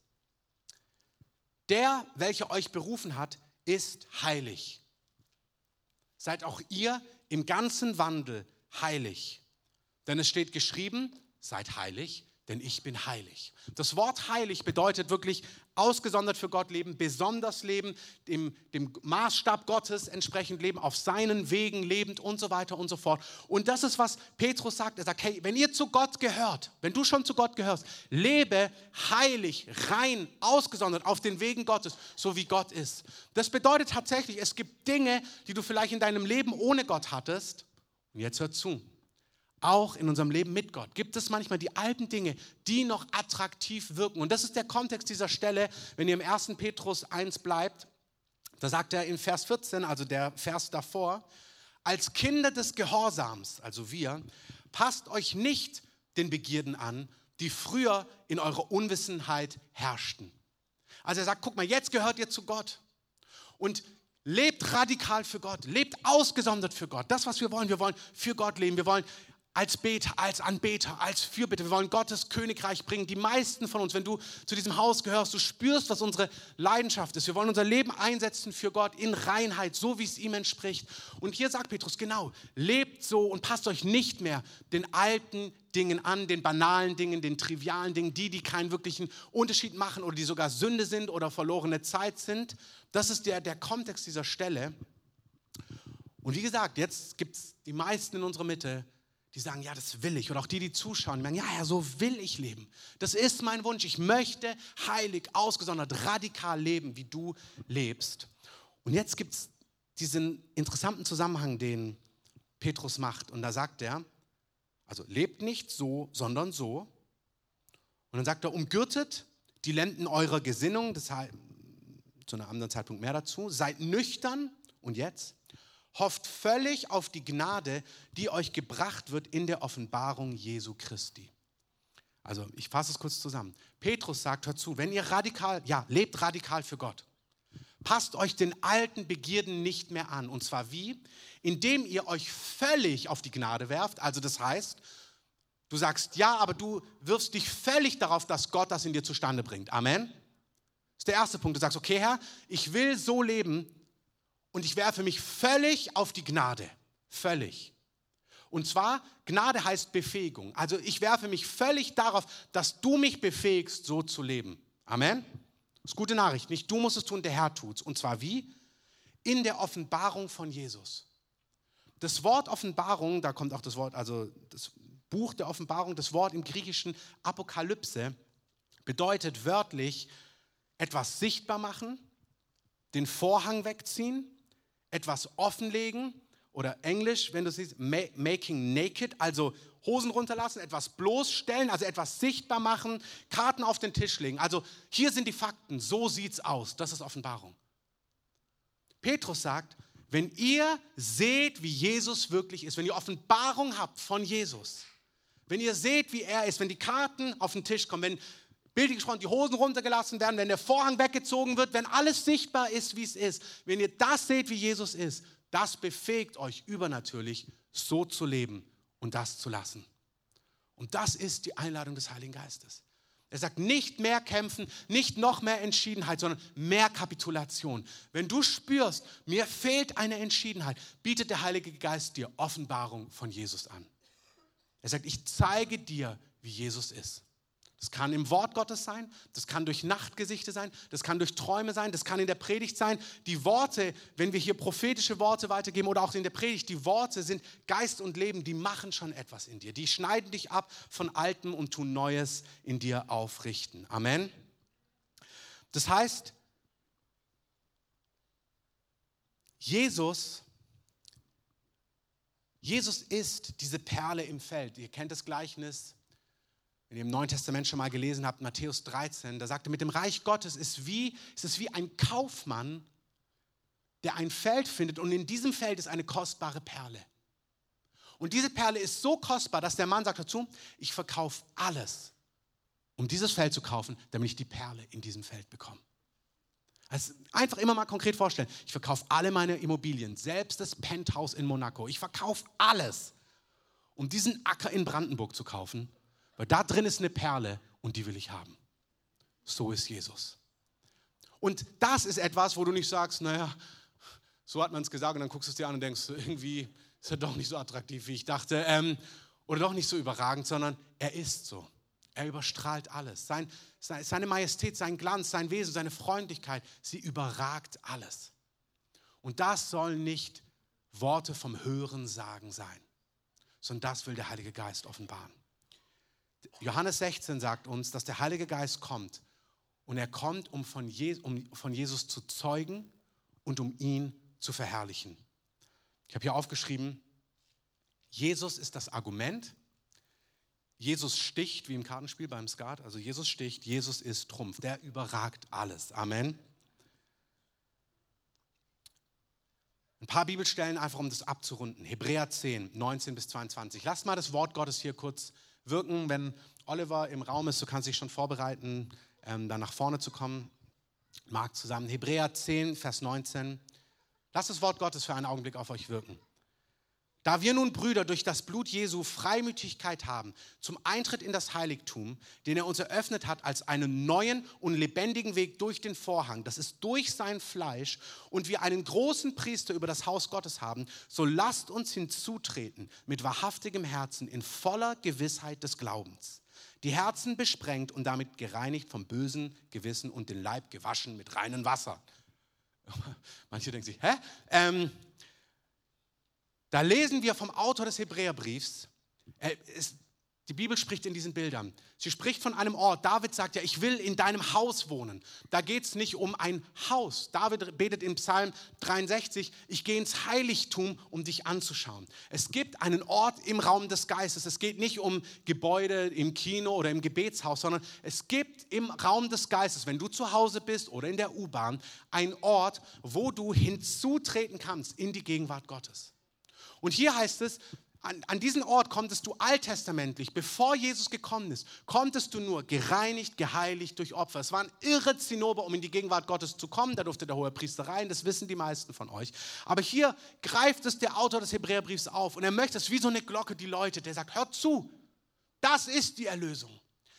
der, welcher euch berufen hat, ist heilig. Seid auch ihr im ganzen Wandel heilig. Denn es steht geschrieben, seid heilig, denn ich bin heilig. Das Wort heilig bedeutet wirklich ausgesondert für Gott leben, besonders leben, dem, dem Maßstab Gottes entsprechend leben, auf seinen Wegen lebend und so weiter und so fort. Und das ist, was Petrus sagt. Er sagt, hey, wenn ihr zu Gott gehört, wenn du schon zu Gott gehörst, lebe heilig, rein, ausgesondert auf den Wegen Gottes, so wie Gott ist. Das bedeutet tatsächlich, es gibt Dinge, die du vielleicht in deinem Leben ohne Gott hattest. Und jetzt hör zu. Auch in unserem Leben mit Gott gibt es manchmal die alten Dinge, die noch attraktiv wirken. Und das ist der Kontext dieser Stelle, wenn ihr im ersten Petrus eins bleibt. Da sagt er in Vers vierzehn, also der Vers davor, als Kinder des Gehorsams, also wir, passt euch nicht den Begierden an, die früher in eurer Unwissenheit herrschten. Also er sagt, guck mal, jetzt gehört ihr zu Gott. Und lebt radikal für Gott, lebt ausgesondert für Gott. Das, was wir wollen, wir wollen für Gott leben, wir wollen als Beter, als Anbeter, als Fürbitter. Wir wollen Gottes Königreich bringen. Die meisten von uns, wenn du zu diesem Haus gehörst, du spürst, was unsere Leidenschaft ist. Wir wollen unser Leben einsetzen für Gott in Reinheit, so wie es ihm entspricht. Und hier sagt Petrus, genau, lebt so und passt euch nicht mehr den alten Dingen an, den banalen Dingen, den trivialen Dingen, die, die keinen wirklichen Unterschied machen oder die sogar Sünde sind oder verlorene Zeit sind. Das ist der, der Kontext dieser Stelle. Und wie gesagt, jetzt gibt es die meisten in unserer Mitte, die sagen, ja, das will ich. Und auch die, die zuschauen, die sagen, ja, ja, so will ich leben. Das ist mein Wunsch. Ich möchte heilig, ausgesondert, radikal leben, wie du lebst. Und jetzt gibt es diesen interessanten Zusammenhang, den Petrus macht. Und da sagt er, also lebt nicht so, sondern so. Und dann sagt er, umgürtet die Lenden eurer Gesinnung, das heißt, zu einem anderen Zeitpunkt mehr dazu, seid nüchtern. Und jetzt? Hofft völlig auf die Gnade, die euch gebracht wird in der Offenbarung Jesu Christi. Also ich fasse es kurz zusammen. Petrus sagt, hört zu, wenn ihr radikal, ja, lebt radikal für Gott. Passt euch den alten Begierden nicht mehr an. Und zwar wie? Indem ihr euch völlig auf die Gnade werft. Also das heißt, du sagst ja, aber du wirfst dich völlig darauf, dass Gott das in dir zustande bringt. Amen. Das ist der erste Punkt. Du sagst, okay Herr, ich will so leben, und ich werfe mich völlig auf die Gnade. Völlig. Und zwar, Gnade heißt Befähigung. Also ich werfe mich völlig darauf, dass du mich befähigst, so zu leben. Amen. Das ist gute Nachricht. Nicht du musst es tun, der Herr tut's. Und zwar wie? In der Offenbarung von Jesus. Das Wort Offenbarung, da kommt auch das Wort, also das Buch der Offenbarung, das Wort im Griechischen Apokalypse, bedeutet wörtlich etwas sichtbar machen, den Vorhang wegziehen, etwas offenlegen oder Englisch, wenn du siehst, making naked, also Hosen runterlassen, etwas bloßstellen, also etwas sichtbar machen, Karten auf den Tisch legen. Also hier sind die Fakten, so sieht's aus, das ist Offenbarung. Petrus sagt, wenn ihr seht, wie Jesus wirklich ist, wenn ihr Offenbarung habt von Jesus, wenn ihr seht, wie er ist, wenn die Karten auf den Tisch kommen, wenn bildlich gesprochen die Hosen runtergelassen werden, wenn der Vorhang weggezogen wird, wenn alles sichtbar ist, wie es ist, wenn ihr das seht, wie Jesus ist, das befähigt euch übernatürlich, so zu leben und das zu lassen. Und das ist die Einladung des Heiligen Geistes. Er sagt, nicht mehr kämpfen, nicht noch mehr Entschiedenheit, sondern mehr Kapitulation. Wenn du spürst, mir fehlt eine Entschiedenheit, bietet der Heilige Geist dir Offenbarung von Jesus an. Er sagt, ich zeige dir, wie Jesus ist. Das kann im Wort Gottes sein, das kann durch Nachtgesichte sein, das kann durch Träume sein, das kann in der Predigt sein. Die Worte, wenn wir hier prophetische Worte weitergeben oder auch in der Predigt, die Worte sind Geist und Leben, die machen schon etwas in dir. Die schneiden dich ab von Altem und tun Neues in dir aufrichten. Amen. Das heißt, Jesus, Jesus ist diese Perle im Feld. Ihr kennt das Gleichnis. Wenn ihr im Neuen Testament schon mal gelesen habt, Matthäus dreizehn, da sagt er, mit dem Reich Gottes ist, wie, ist es wie ein Kaufmann, der ein Feld findet und in diesem Feld ist eine kostbare Perle. Und diese Perle ist so kostbar, dass der Mann sagt dazu, ich verkaufe alles, um dieses Feld zu kaufen, damit ich die Perle in diesem Feld bekomme. Also einfach immer mal konkret vorstellen, ich verkaufe alle meine Immobilien, selbst das Penthouse in Monaco, ich verkaufe alles, um diesen Acker in Brandenburg zu kaufen, Weil da drin ist eine Perle und die will ich haben. So ist Jesus. Und das ist etwas, wo du nicht sagst, naja, so hat man es gesagt und dann guckst du es dir an und denkst, irgendwie ist er doch nicht so attraktiv, wie ich dachte. Ähm, oder doch nicht so überragend, sondern er ist so. Er überstrahlt alles. Sein, seine Majestät, sein Glanz, sein Wesen, seine Freundlichkeit, sie überragt alles. Und das sollen nicht Worte vom Hörensagen sein, sondern das will der Heilige Geist offenbaren. Johannes sechzehn sagt uns, dass der Heilige Geist kommt und er kommt, um von, Je- um von Jesus zu zeugen und um ihn zu verherrlichen. Ich habe hier aufgeschrieben, Jesus ist das Argument, Jesus sticht, wie im Kartenspiel beim Skat, also Jesus sticht, Jesus ist Trumpf, der überragt alles. Amen. Ein paar Bibelstellen einfach, um das abzurunden. Hebräer zehn, neunzehn bis zweiundzwanzig. Lasst mal das Wort Gottes hier kurz wirken. Wenn Oliver im Raum ist, du kannst dich schon vorbereiten, ähm, da nach vorne zu kommen. Marc zusammen. Hebräer zehn, Vers neunzehn. Lasst das Wort Gottes für einen Augenblick auf euch wirken. Da wir nun, Brüder, durch das Blut Jesu Freimütigkeit haben zum Eintritt in das Heiligtum, den er uns eröffnet hat als einen neuen und lebendigen Weg durch den Vorhang, das ist durch sein Fleisch, und wir einen großen Priester über das Haus Gottes haben, so lasst uns hinzutreten mit wahrhaftigem Herzen in voller Gewissheit des Glaubens. Die Herzen besprengt und damit gereinigt vom bösen Gewissen und den Leib gewaschen mit reinem Wasser. Manche denken sich, hä? Ähm, Da lesen wir vom Autor des Hebräerbriefs, äh, es, die Bibel spricht in diesen Bildern. Sie spricht von einem Ort. David sagt ja, ich will in deinem Haus wohnen. Da geht es nicht um ein Haus. David betet im Psalm dreiundsechzig, ich gehe ins Heiligtum, um dich anzuschauen. Es gibt einen Ort im Raum des Geistes. Es geht nicht um Gebäude im Kino oder im Gebetshaus, sondern es gibt im Raum des Geistes, wenn du zu Hause bist oder in der U-Bahn, einen Ort, wo du hinzutreten kannst in die Gegenwart Gottes. Und hier heißt es, an, an diesen Ort konntest du alttestamentlich, bevor Jesus gekommen ist, konntest du nur gereinigt, geheiligt durch Opfer. Es war ein irre Zinnober, um in die Gegenwart Gottes zu kommen. Da durfte der Hohepriester rein, das wissen die meisten von euch. Aber hier greift es der Autor des Hebräerbriefs auf und er möchte es wie so eine Glocke, die läutet. Der sagt, hört zu, das ist die Erlösung.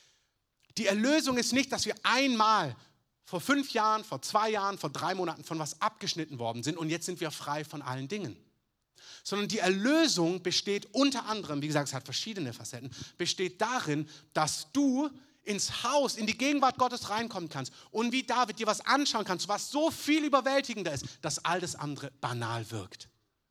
Die Erlösung ist nicht, dass wir einmal vor fünf Jahren, vor zwei Jahren, vor drei Monaten von was abgeschnitten worden sind und jetzt sind wir frei von allen Dingen. Sondern die Erlösung besteht unter anderem, wie gesagt, es hat verschiedene Facetten, besteht darin, dass du ins Haus, in die Gegenwart Gottes reinkommen kannst und wie David dir was anschauen kannst, was so viel überwältigender ist, dass all das andere banal wirkt.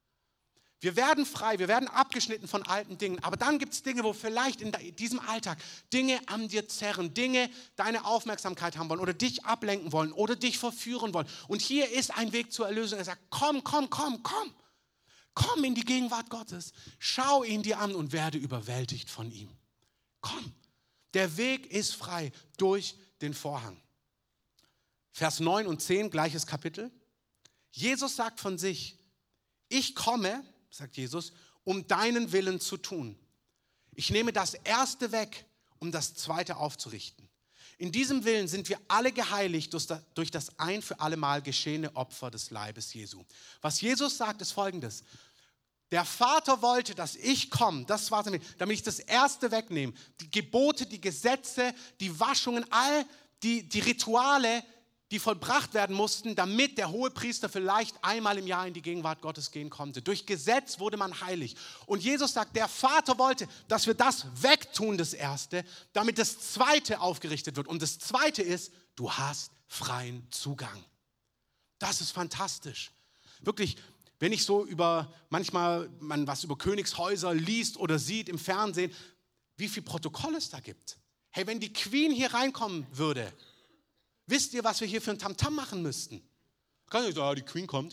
Wir werden frei, wir werden abgeschnitten von alten Dingen, aber dann gibt es Dinge, wo vielleicht in diesem Alltag Dinge an dir zerren, Dinge deine Aufmerksamkeit haben wollen oder dich ablenken wollen oder dich verführen wollen. Und hier ist ein Weg zur Erlösung. Er sagt, komm, komm, komm, komm. Komm in die Gegenwart Gottes, schau ihn dir an und werde überwältigt von ihm. Komm, der Weg ist frei durch den Vorhang. Vers neun und zehn, gleiches Kapitel. Jesus sagt von sich, ich komme, sagt Jesus, um deinen Willen zu tun. Ich nehme das Erste weg, um das Zweite aufzurichten. In diesem Willen sind wir alle geheiligt durch das ein für alle Mal geschehene Opfer des Leibes Jesu. Was Jesus sagt, ist Folgendes. Der Vater wollte, dass ich komme, das war damit, damit ich das Erste wegnehme. Die Gebote, die Gesetze, die Waschungen, all die, die Rituale, die vollbracht werden mussten, damit der Hohepriester vielleicht einmal im Jahr in die Gegenwart Gottes gehen konnte. Durch Gesetz wurde man heilig. Und Jesus sagt, der Vater wollte, dass wir das wegtun, das Erste, damit das Zweite aufgerichtet wird. Und das Zweite ist, du hast freien Zugang. Das ist fantastisch. Wirklich, wenn ich so über, manchmal man was über Königshäuser liest oder sieht im Fernsehen, wie viel Protokoll es da gibt. Hey, wenn die Queen hier reinkommen würde, wisst ihr, was wir hier für ein Tamtam machen müssten? Kann ich sagen, die Queen kommt.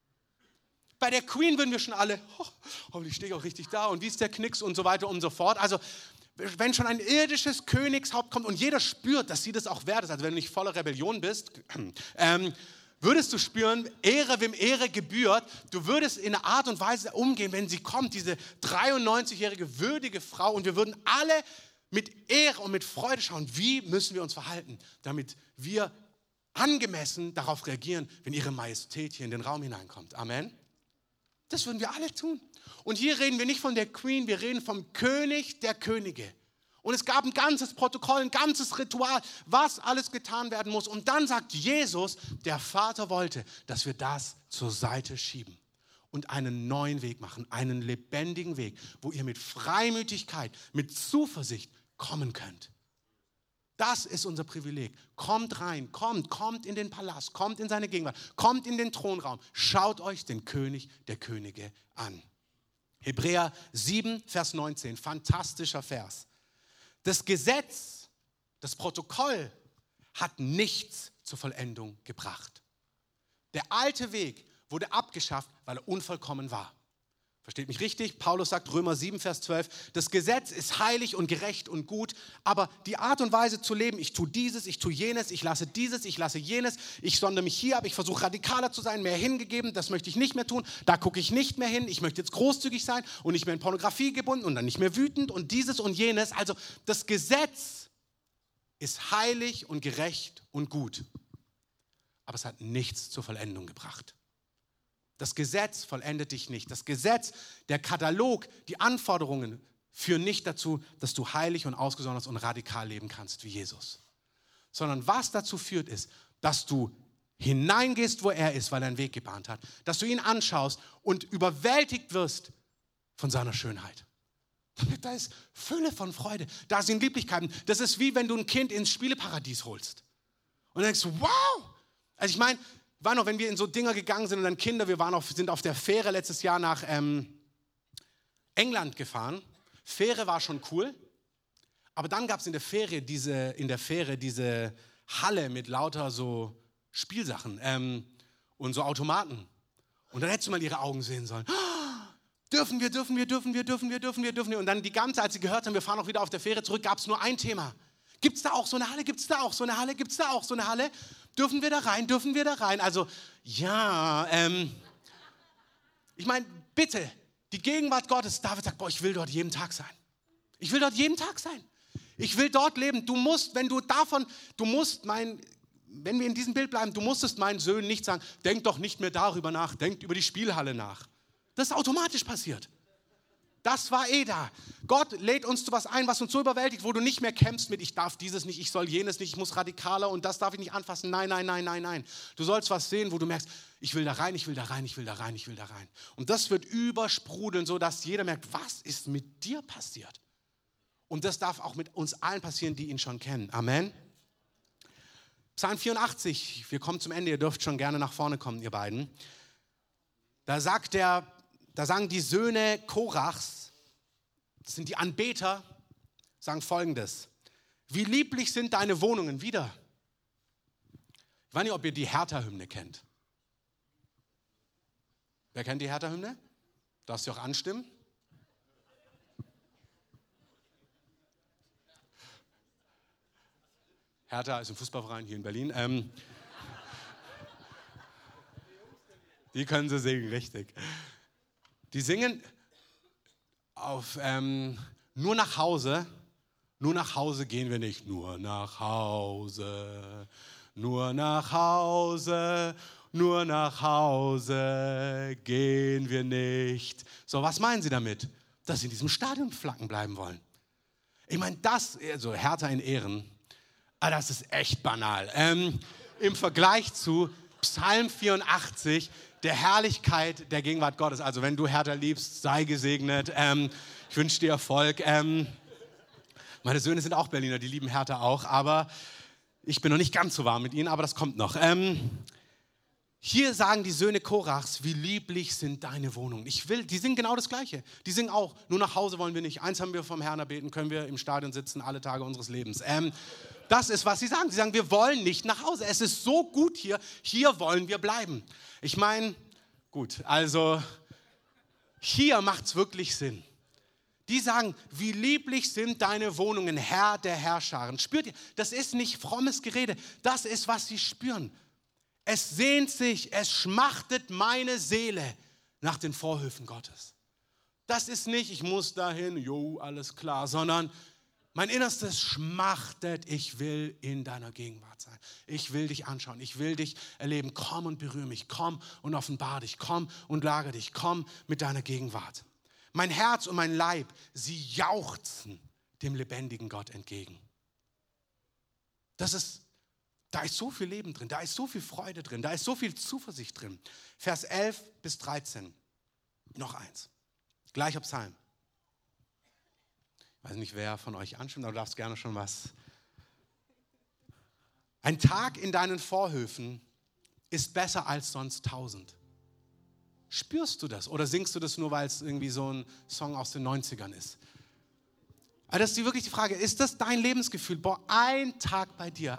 Bei der Queen würden wir schon alle, oh, hoffentlich stehe ich auch richtig da und wie ist der Knicks und so weiter und so fort. Also wenn schon ein irdisches Königshaupt kommt und jeder spürt, dass sie das auch wert ist, also wenn du nicht voller Rebellion bist, ähm, würdest du spüren, Ehre wem Ehre gebührt. Du würdest in einer Art und Weise umgehen, wenn sie kommt, diese dreiundneunzigjährige würdige Frau, und wir würden alle mit Ehre und mit Freude schauen, wie müssen wir uns verhalten, damit wir angemessen darauf reagieren, wenn ihre Majestät hier in den Raum hineinkommt. Amen. Das würden wir alle tun. Und hier reden wir nicht von der Queen, wir reden vom König der Könige. Und es gab ein ganzes Protokoll, ein ganzes Ritual, was alles getan werden muss. Und dann sagt Jesus, der Vater wollte, dass wir das zur Seite schieben und einen neuen Weg machen, einen lebendigen Weg, wo ihr mit Freimütigkeit, mit Zuversicht kommen könnt. Das ist unser Privileg. Kommt rein, kommt, kommt in den Palast, kommt in seine Gegenwart, kommt in den Thronraum. Schaut euch den König der Könige an. Hebräer sieben, Vers neunzehn, fantastischer Vers. Das Gesetz, das Protokoll hat nichts zur Vollendung gebracht. Der alte Weg wurde abgeschafft, weil er unvollkommen war. Versteht mich richtig? Paulus sagt, Römer sieben, Vers zwölf, das Gesetz ist heilig und gerecht und gut, aber die Art und Weise zu leben, ich tue dieses, ich tue jenes, ich lasse dieses, ich lasse jenes, ich sondere mich hier ab, ich versuche radikaler zu sein, mehr hingegeben, das möchte ich nicht mehr tun, da gucke ich nicht mehr hin, ich möchte jetzt großzügig sein und nicht mehr in Pornografie gebunden und dann nicht mehr wütend und dieses und jenes. Also das Gesetz ist heilig und gerecht und gut, aber es hat nichts zur Vollendung gebracht. Das Gesetz vollendet dich nicht. Das Gesetz, der Katalog, die Anforderungen führen nicht dazu, dass du heilig und ausgesondert und radikal leben kannst wie Jesus. Sondern was dazu führt, ist, dass du hineingehst, wo er ist, weil er einen Weg gebahnt hat. Dass du ihn anschaust und überwältigt wirst von seiner Schönheit. Da ist Fülle von Freude. Da sind Lieblichkeiten. Das ist wie wenn du ein Kind ins Spieleparadies holst. Und dann denkst du, wow! Also ich meine, war noch, wenn wir in so Dinger gegangen sind und dann Kinder, wir waren auf, sind auf der Fähre letztes Jahr nach ähm, England gefahren. Fähre war schon cool, aber dann gab es in der Fähre diese, in der Fähre diese Halle mit lauter so Spielsachen ähm, und so Automaten. Und dann hättest du mal ihre Augen sehen sollen. Oh, dürfen wir, dürfen wir, dürfen wir, dürfen wir, dürfen wir, dürfen wir. Und dann die ganze, als sie gehört haben, wir fahren auch wieder auf der Fähre zurück, gab es nur ein Thema. Gibt es da auch so eine Halle? Gibt es da auch so eine Halle? Gibt es da auch so eine Halle? Dürfen wir da rein? Dürfen wir da rein? Also, ja, ähm, ich meine, bitte, die Gegenwart Gottes, David sagt, boah, ich will dort jeden Tag sein. Ich will dort jeden Tag sein. Ich will dort leben. Du musst, wenn du davon, du musst mein, wenn wir in diesem Bild bleiben, du musstest meinen Söhnen nicht sagen, denk doch nicht mehr darüber nach, denk über die Spielhalle nach. Das ist automatisch passiert. Das war eh da. Gott lädt uns zu was ein, was uns so überwältigt, wo du nicht mehr kämpfst mit, ich darf dieses nicht, ich soll jenes nicht, ich muss radikaler und das darf ich nicht anfassen. Nein, nein, nein, nein, nein. Du sollst was sehen, wo du merkst, ich will da rein, ich will da rein, ich will da rein, ich will da rein. Und das wird übersprudeln, sodass jeder merkt, was ist mit dir passiert? Und das darf auch mit uns allen passieren, die ihn schon kennen. Amen. Psalm vierundachtzig, wir kommen zum Ende, ihr dürft schon gerne nach vorne kommen, ihr beiden. Da sagt der Da sagen die Söhne Korachs, das sind die Anbeter, sagen Folgendes. Wie lieblich sind deine Wohnungen wieder. Ich weiß nicht, ob ihr die Hertha-Hymne kennt. Wer kennt die Hertha-Hymne? Darfst du auch anstimmen? Hertha ist ein Fußballverein hier in Berlin. Ähm, die können sie singen, richtig. Die singen auf ähm, nur nach Hause, nur nach Hause gehen wir nicht, nur nach Hause, nur nach Hause, nur nach Hause gehen wir nicht. So, was meinen sie damit? Dass sie in diesem Stadion flacken bleiben wollen. Ich meine, das, also Hertha in Ehren, ah, das ist echt banal. Ähm, im Vergleich zu Psalm vierundachtzig, der Herrlichkeit der Gegenwart Gottes. Also wenn du Hertha liebst, sei gesegnet. Ähm, ich wünsche dir Erfolg. Ähm, meine Söhne sind auch Berliner, die lieben Hertha auch, aber ich bin noch nicht ganz so warm mit ihnen, aber das kommt noch. Ähm, hier sagen die Söhne Korachs, wie lieblich sind deine Wohnungen. Ich will, die singen genau das Gleiche. Die singen auch, nur nach Hause wollen wir nicht. Eins haben wir vom Herrn erbeten, können wir im Stadion sitzen, alle Tage unseres Lebens. Ähm, Das ist, was sie sagen. Sie sagen, wir wollen nicht nach Hause. Es ist so gut hier, hier wollen wir bleiben. Ich meine, gut, also hier macht es wirklich Sinn. Die sagen, wie lieblich sind deine Wohnungen, Herr der Herrscharen. Spürt ihr, das ist nicht frommes Gerede, das ist, was sie spüren. Es sehnt sich, es schmachtet meine Seele nach den Vorhöfen Gottes. Das ist nicht, ich muss dahin, jo, alles klar, sondern mein Innerstes schmachtet, ich will in deiner Gegenwart sein. Ich will dich anschauen, ich will dich erleben. Komm und berühre mich, komm und offenbar dich, komm und lagere dich, komm mit deiner Gegenwart. Mein Herz und mein Leib, sie jauchzen dem lebendigen Gott entgegen. Das ist, da ist so viel Leben drin, da ist so viel Freude drin, da ist so viel Zuversicht drin. Vers elf bis dreizehn, noch eins, gleicher Psalm. Ich weiß nicht, wer von euch anstimmt, aber du darfst gerne schon was. Ein Tag in deinen Vorhöfen ist besser als sonst tausend. Spürst du das oder singst du das nur, weil es irgendwie so ein Song aus den neunzigern ist? Aber das ist die, wirklich die Frage, ist das dein Lebensgefühl? Boah, ein Tag bei dir.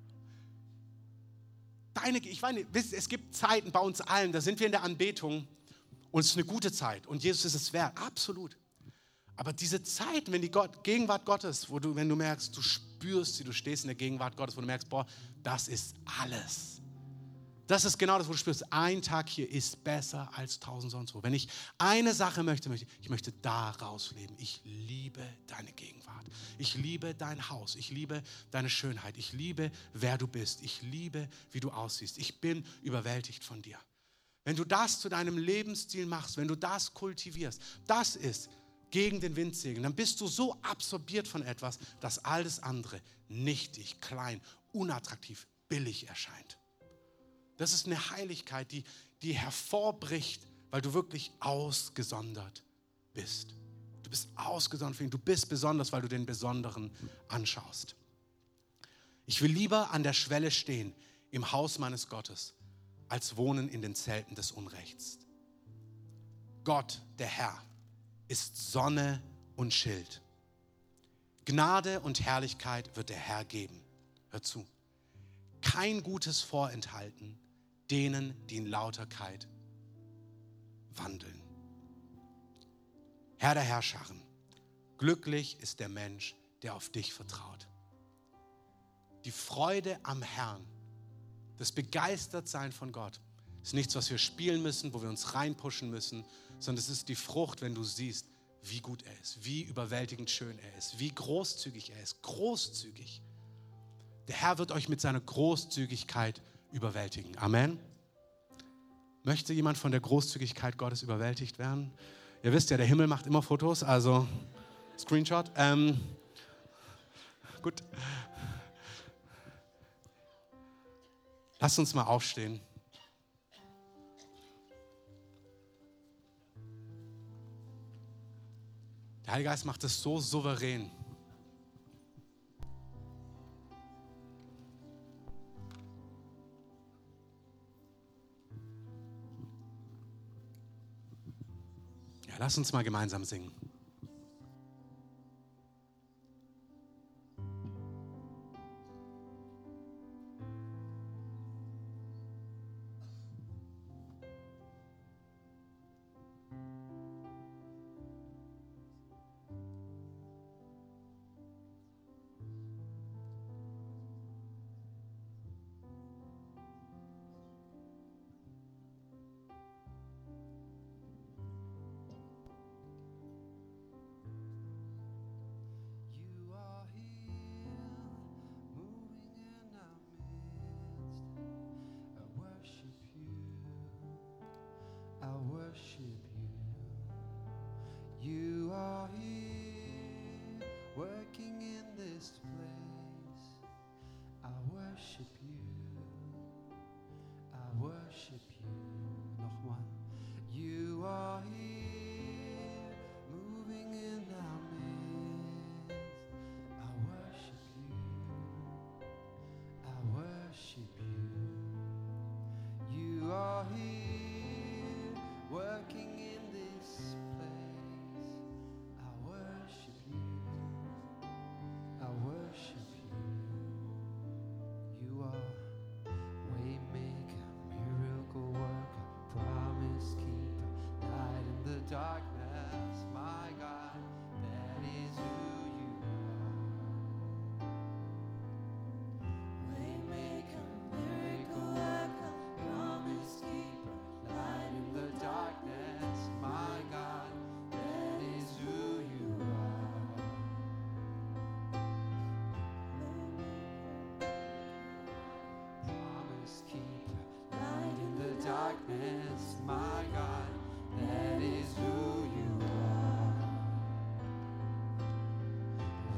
Deine, ich meine, es gibt Zeiten bei uns allen, da sind wir in der Anbetung und es ist eine gute Zeit und Jesus ist es wert, absolut. Aber diese Zeit, wenn die Gott, Gegenwart Gottes, wo du, wenn du merkst, du spürst sie, du stehst in der Gegenwart Gottes, wo du merkst, boah, das ist alles. Das ist genau das, wo du spürst, ein Tag hier ist besser als tausend sonst wo. Wenn ich eine Sache möchte, möchte ich, ich möchte daraus leben. Ich liebe deine Gegenwart. Ich liebe dein Haus. Ich liebe deine Schönheit. Ich liebe, wer du bist. Ich liebe, wie du aussiehst. Ich bin überwältigt von dir. Wenn du das zu deinem Lebensstil machst, wenn du das kultivierst, das ist gegen den Wind segeln, dann bist du so absorbiert von etwas, dass alles andere nichtig, klein, unattraktiv, billig erscheint. Das ist eine Heiligkeit, die, die hervorbricht, weil du wirklich ausgesondert bist. Du bist ausgesondert für ihn. Du bist besonders, weil du den Besonderen anschaust. Ich will lieber an der Schwelle stehen, im Haus meines Gottes, als wohnen in den Zelten des Unrechts. Gott, der Herr, ist Sonne und Schild. Gnade und Herrlichkeit wird der Herr geben. Hör zu. Kein Gutes vorenthalten denen, die in Lauterkeit wandeln. Herr der Herrscharen, glücklich ist der Mensch, der auf dich vertraut. Die Freude am Herrn, das Begeistertsein von Gott, ist nichts, was wir spielen müssen, wo wir uns reinpushen müssen, sondern es ist die Frucht, wenn du siehst, wie gut er ist, wie überwältigend schön er ist, wie großzügig er ist, großzügig. Der Herr wird euch mit seiner Großzügigkeit überwältigen. Amen. Möchte jemand von der Großzügigkeit Gottes überwältigt werden? Ihr wisst ja, der Himmel macht immer Fotos, also Screenshot. Ähm, gut. Lasst uns mal aufstehen. Der Heilige Geist macht es so souverän. Ja, lass uns mal gemeinsam singen. You are here, working in this place. I worship you, I worship you. Nochmal. You are here, moving in our midst. I worship you, I worship you. You are here, working in this place. Darkness, my God, that is who you are. Waymaker, miracle worker, promise keeper, light in the darkness, my God, that is who you are. Promise keeper, light in the darkness, my God. That is who you are.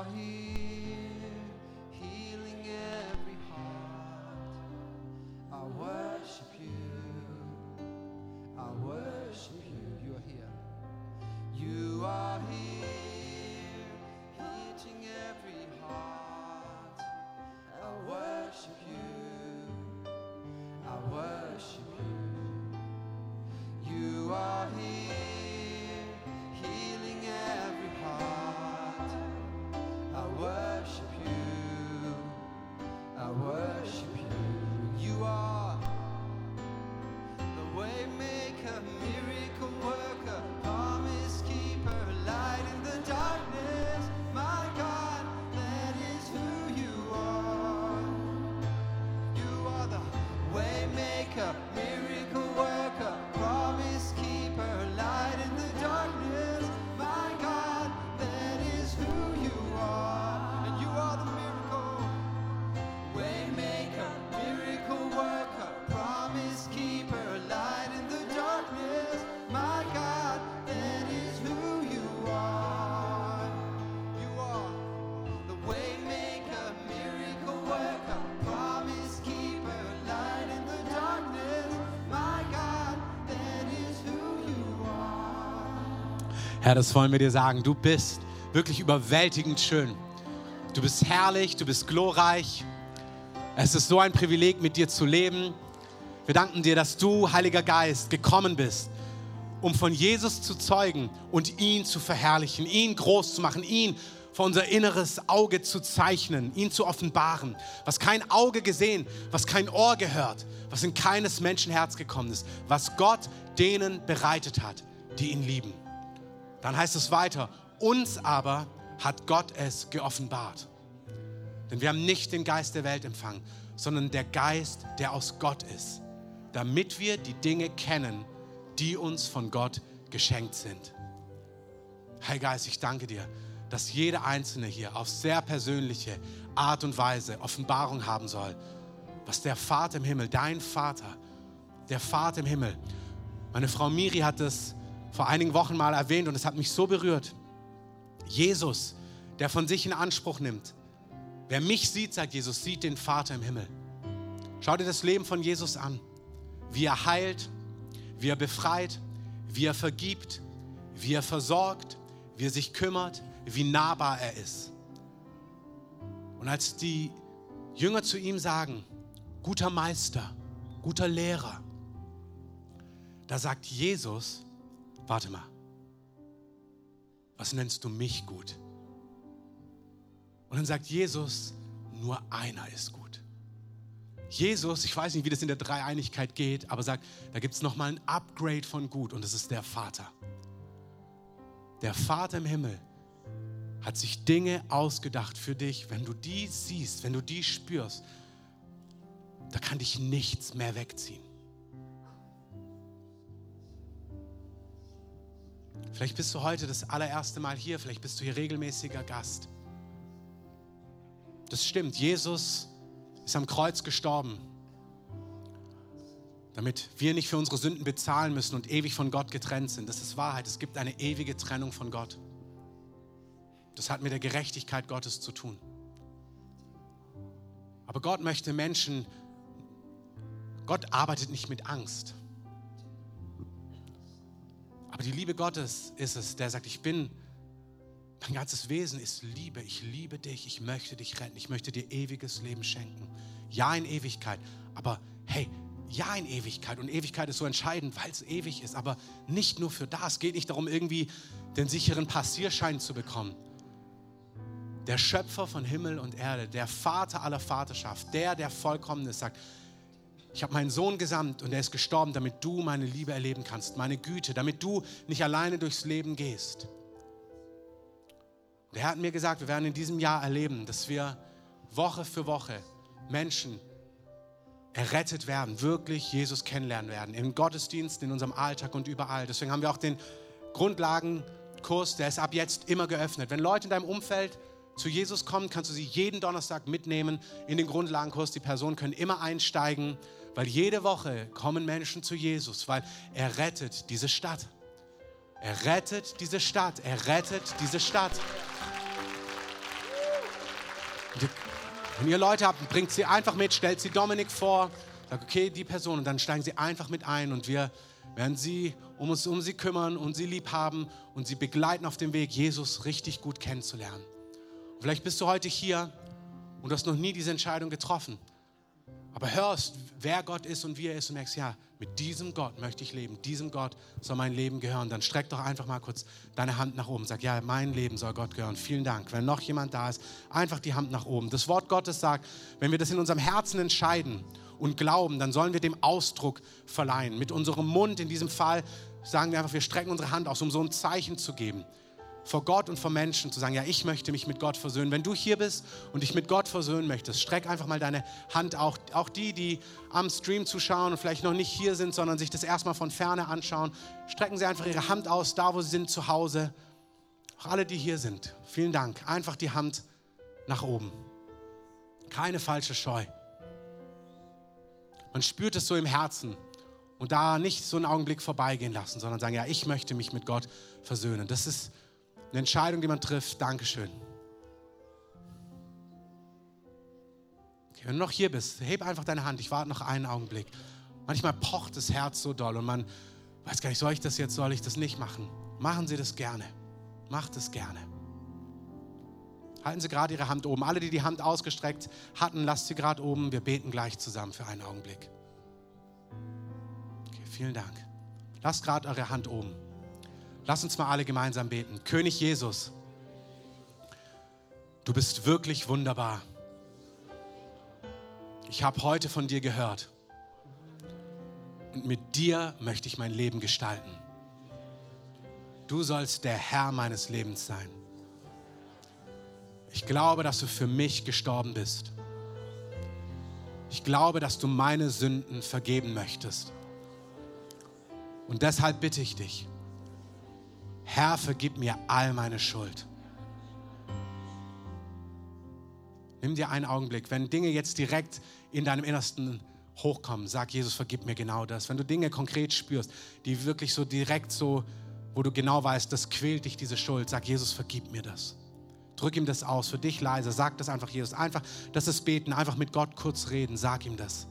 are here, healing every heart. I worship you. I worship you. You are here. You are here, healing every heart. I worship you. I worship you. You are here, healing every heart. I worship you. I worship you. You are the way maker, miracle worker, promise keeper, light in the darkness. My God, that is who you are. You are the way maker, miracle worker, promise keeper, light in the darkness. My God, that is who you are. And you are the miracle, way maker, miracle worker, promise keeper, light in the darkness. My God, that is who you are. You are the way maker, miracle worker, promise keeper, light in the darkness. My God, that is who you are. Herr, das wollen wir dir sagen. Du bist wirklich überwältigend schön. Du bist herrlich, du bist glorreich. Es ist so ein Privileg, mit dir zu leben. Wir danken dir, dass du, Heiliger Geist, gekommen bist, um von Jesus zu zeugen und ihn zu verherrlichen, ihn groß zu machen, ihn vor unser inneres Auge zu zeichnen, ihn zu offenbaren, was kein Auge gesehen, was kein Ohr gehört, was in keines Menschen Herz gekommen ist, was Gott denen bereitet hat, die ihn lieben. Dann heißt es weiter, uns aber hat Gott es geoffenbart. Denn wir haben nicht den Geist der Welt empfangen, sondern der Geist, der aus Gott ist, damit wir die Dinge kennen, die uns von Gott geschenkt sind. Heiliger Geist, ich danke dir, dass jeder Einzelne hier auf sehr persönliche Art und Weise Offenbarung haben soll, was der Vater im Himmel, dein Vater, der Vater im Himmel, meine Frau Miri hat es vor einigen Wochen mal erwähnt und es hat mich so berührt. Jesus, der von sich in Anspruch nimmt, wer mich sieht, sagt Jesus, sieht den Vater im Himmel. Schau dir das Leben von Jesus an, wie er heilt, wie er befreit, wie er vergibt, wie er versorgt, wie er sich kümmert, wie nahbar er ist. Und als die Jünger zu ihm sagen, guter Meister, guter Lehrer, da sagt Jesus, warte mal, was nennst du mich gut? Und dann sagt Jesus, nur einer ist gut. Jesus, ich weiß nicht, wie das in der Dreieinigkeit geht, aber sagt, da gibt es nochmal ein Upgrade von gut und das ist der Vater. Der Vater im Himmel hat sich Dinge ausgedacht für dich. Wenn du die siehst, wenn du die spürst, da kann dich nichts mehr wegziehen. Vielleicht bist du heute das allererste Mal hier, vielleicht bist du hier regelmäßiger Gast. Das stimmt, Jesus ist am Kreuz gestorben, damit wir nicht für unsere Sünden bezahlen müssen und ewig von Gott getrennt sind. Das ist Wahrheit, es gibt eine ewige Trennung von Gott. Das hat mit der Gerechtigkeit Gottes zu tun. Aber Gott möchte Menschen, Gott arbeitet nicht mit Angst. Aber die Liebe Gottes ist es, der sagt, ich bin, mein ganzes Wesen ist Liebe. Ich liebe dich, ich möchte dich retten, ich möchte dir ewiges Leben schenken. Ja in Ewigkeit, aber hey, ja in Ewigkeit. Und Ewigkeit ist so entscheidend, weil es ewig ist, aber nicht nur für das. Es geht nicht darum, irgendwie den sicheren Passierschein zu bekommen. Der Schöpfer von Himmel und Erde, der Vater aller Vaterschaft, der, der vollkommen ist, sagt, ich habe meinen Sohn gesandt und er ist gestorben, damit du meine Liebe erleben kannst, meine Güte, damit du nicht alleine durchs Leben gehst. Und er hat mir gesagt, wir werden in diesem Jahr erleben, dass wir Woche für Woche Menschen errettet werden, wirklich Jesus kennenlernen werden, im Gottesdienst, in unserem Alltag und überall. Deswegen haben wir auch den Grundlagenkurs, der ist ab jetzt immer geöffnet. Wenn Leute in deinem Umfeld zu Jesus kommen, kannst du sie jeden Donnerstag mitnehmen in den Grundlagenkurs. Die Personen können immer einsteigen, weil jede Woche kommen Menschen zu Jesus, weil er rettet diese Stadt. Er rettet diese Stadt. Er rettet diese Stadt. Und ihr, wenn ihr Leute habt, bringt sie einfach mit, stellt sie Dominik vor, sagt, okay, die Person, und dann steigen sie einfach mit ein und wir werden sie um uns um sie kümmern und sie lieb haben und sie begleiten auf dem Weg, Jesus richtig gut kennenzulernen. Und vielleicht bist du heute hier und du hast noch nie diese Entscheidung getroffen, aber hörst, wer Gott ist und wie er ist und merkst, ja, mit diesem Gott möchte ich leben, diesem Gott soll mein Leben gehören. Dann streck doch einfach mal kurz deine Hand nach oben. Sag, ja, mein Leben soll Gott gehören. Vielen Dank. Wenn noch jemand da ist, einfach die Hand nach oben. Das Wort Gottes sagt, wenn wir das in unserem Herzen entscheiden und glauben, dann sollen wir dem Ausdruck verleihen. Mit unserem Mund in diesem Fall sagen wir einfach, wir strecken unsere Hand aus, um so ein Zeichen zu geben. Vor Gott und vor Menschen zu sagen, ja, ich möchte mich mit Gott versöhnen. Wenn du hier bist und dich mit Gott versöhnen möchtest, streck einfach mal deine Hand, auch, auch die, die am Stream zuschauen und vielleicht noch nicht hier sind, sondern sich das erstmal von Ferne anschauen, strecken sie einfach ihre Hand aus, da wo sie sind, zu Hause. Auch alle, die hier sind, vielen Dank. Einfach die Hand nach oben. Keine falsche Scheu. Man spürt es so im Herzen. Und da nicht so einen Augenblick vorbeigehen lassen, sondern sagen, ja, ich möchte mich mit Gott versöhnen. Das ist eine Entscheidung, die man trifft. Dankeschön. Okay, wenn du noch hier bist, heb einfach deine Hand. Ich warte noch einen Augenblick. Manchmal pocht das Herz so doll und man weiß gar nicht, soll ich das jetzt, soll ich das nicht machen? Machen Sie das gerne. Macht es gerne. Halten Sie gerade Ihre Hand oben. Alle, die die Hand ausgestreckt hatten, lasst sie gerade oben. Wir beten gleich zusammen für einen Augenblick. Okay, vielen Dank. Lasst gerade eure Hand oben. Lass uns mal alle gemeinsam beten. König Jesus, du bist wirklich wunderbar. Ich habe heute von dir gehört. Und mit dir möchte ich mein Leben gestalten. Du sollst der Herr meines Lebens sein. Ich glaube, dass du für mich gestorben bist. Ich glaube, dass du meine Sünden vergeben möchtest. Und deshalb bitte ich dich, Herr, vergib mir all meine Schuld. Nimm dir einen Augenblick. Wenn Dinge jetzt direkt in deinem Innersten hochkommen, sag, Jesus, vergib mir genau das. Wenn du Dinge konkret spürst, die wirklich so direkt so, wo du genau weißt, das quält dich, diese Schuld, sag, Jesus, vergib mir das. Drück ihm das aus, für dich leise, sag das einfach, Jesus. Einfach, das ist Beten, einfach mit Gott kurz reden, sag ihm das.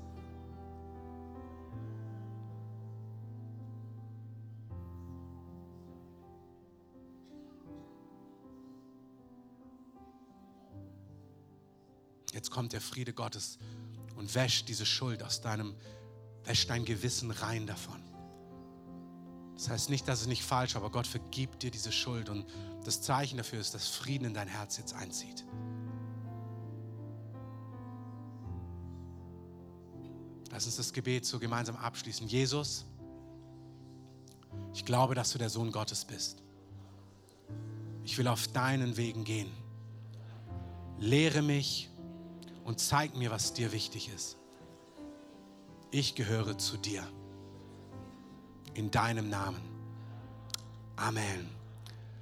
Jetzt kommt der Friede Gottes und wäscht diese Schuld aus deinem, wäscht dein Gewissen rein davon. Das heißt nicht, dass es nicht falsch war, aber Gott vergibt dir diese Schuld und das Zeichen dafür ist, dass Frieden in dein Herz jetzt einzieht. Lass uns das Gebet so gemeinsam abschließen. Jesus, ich glaube, dass du der Sohn Gottes bist. Ich will auf deinen Wegen gehen. Lehre mich und zeig mir, was dir wichtig ist. Ich gehöre zu dir. In deinem Namen. Amen.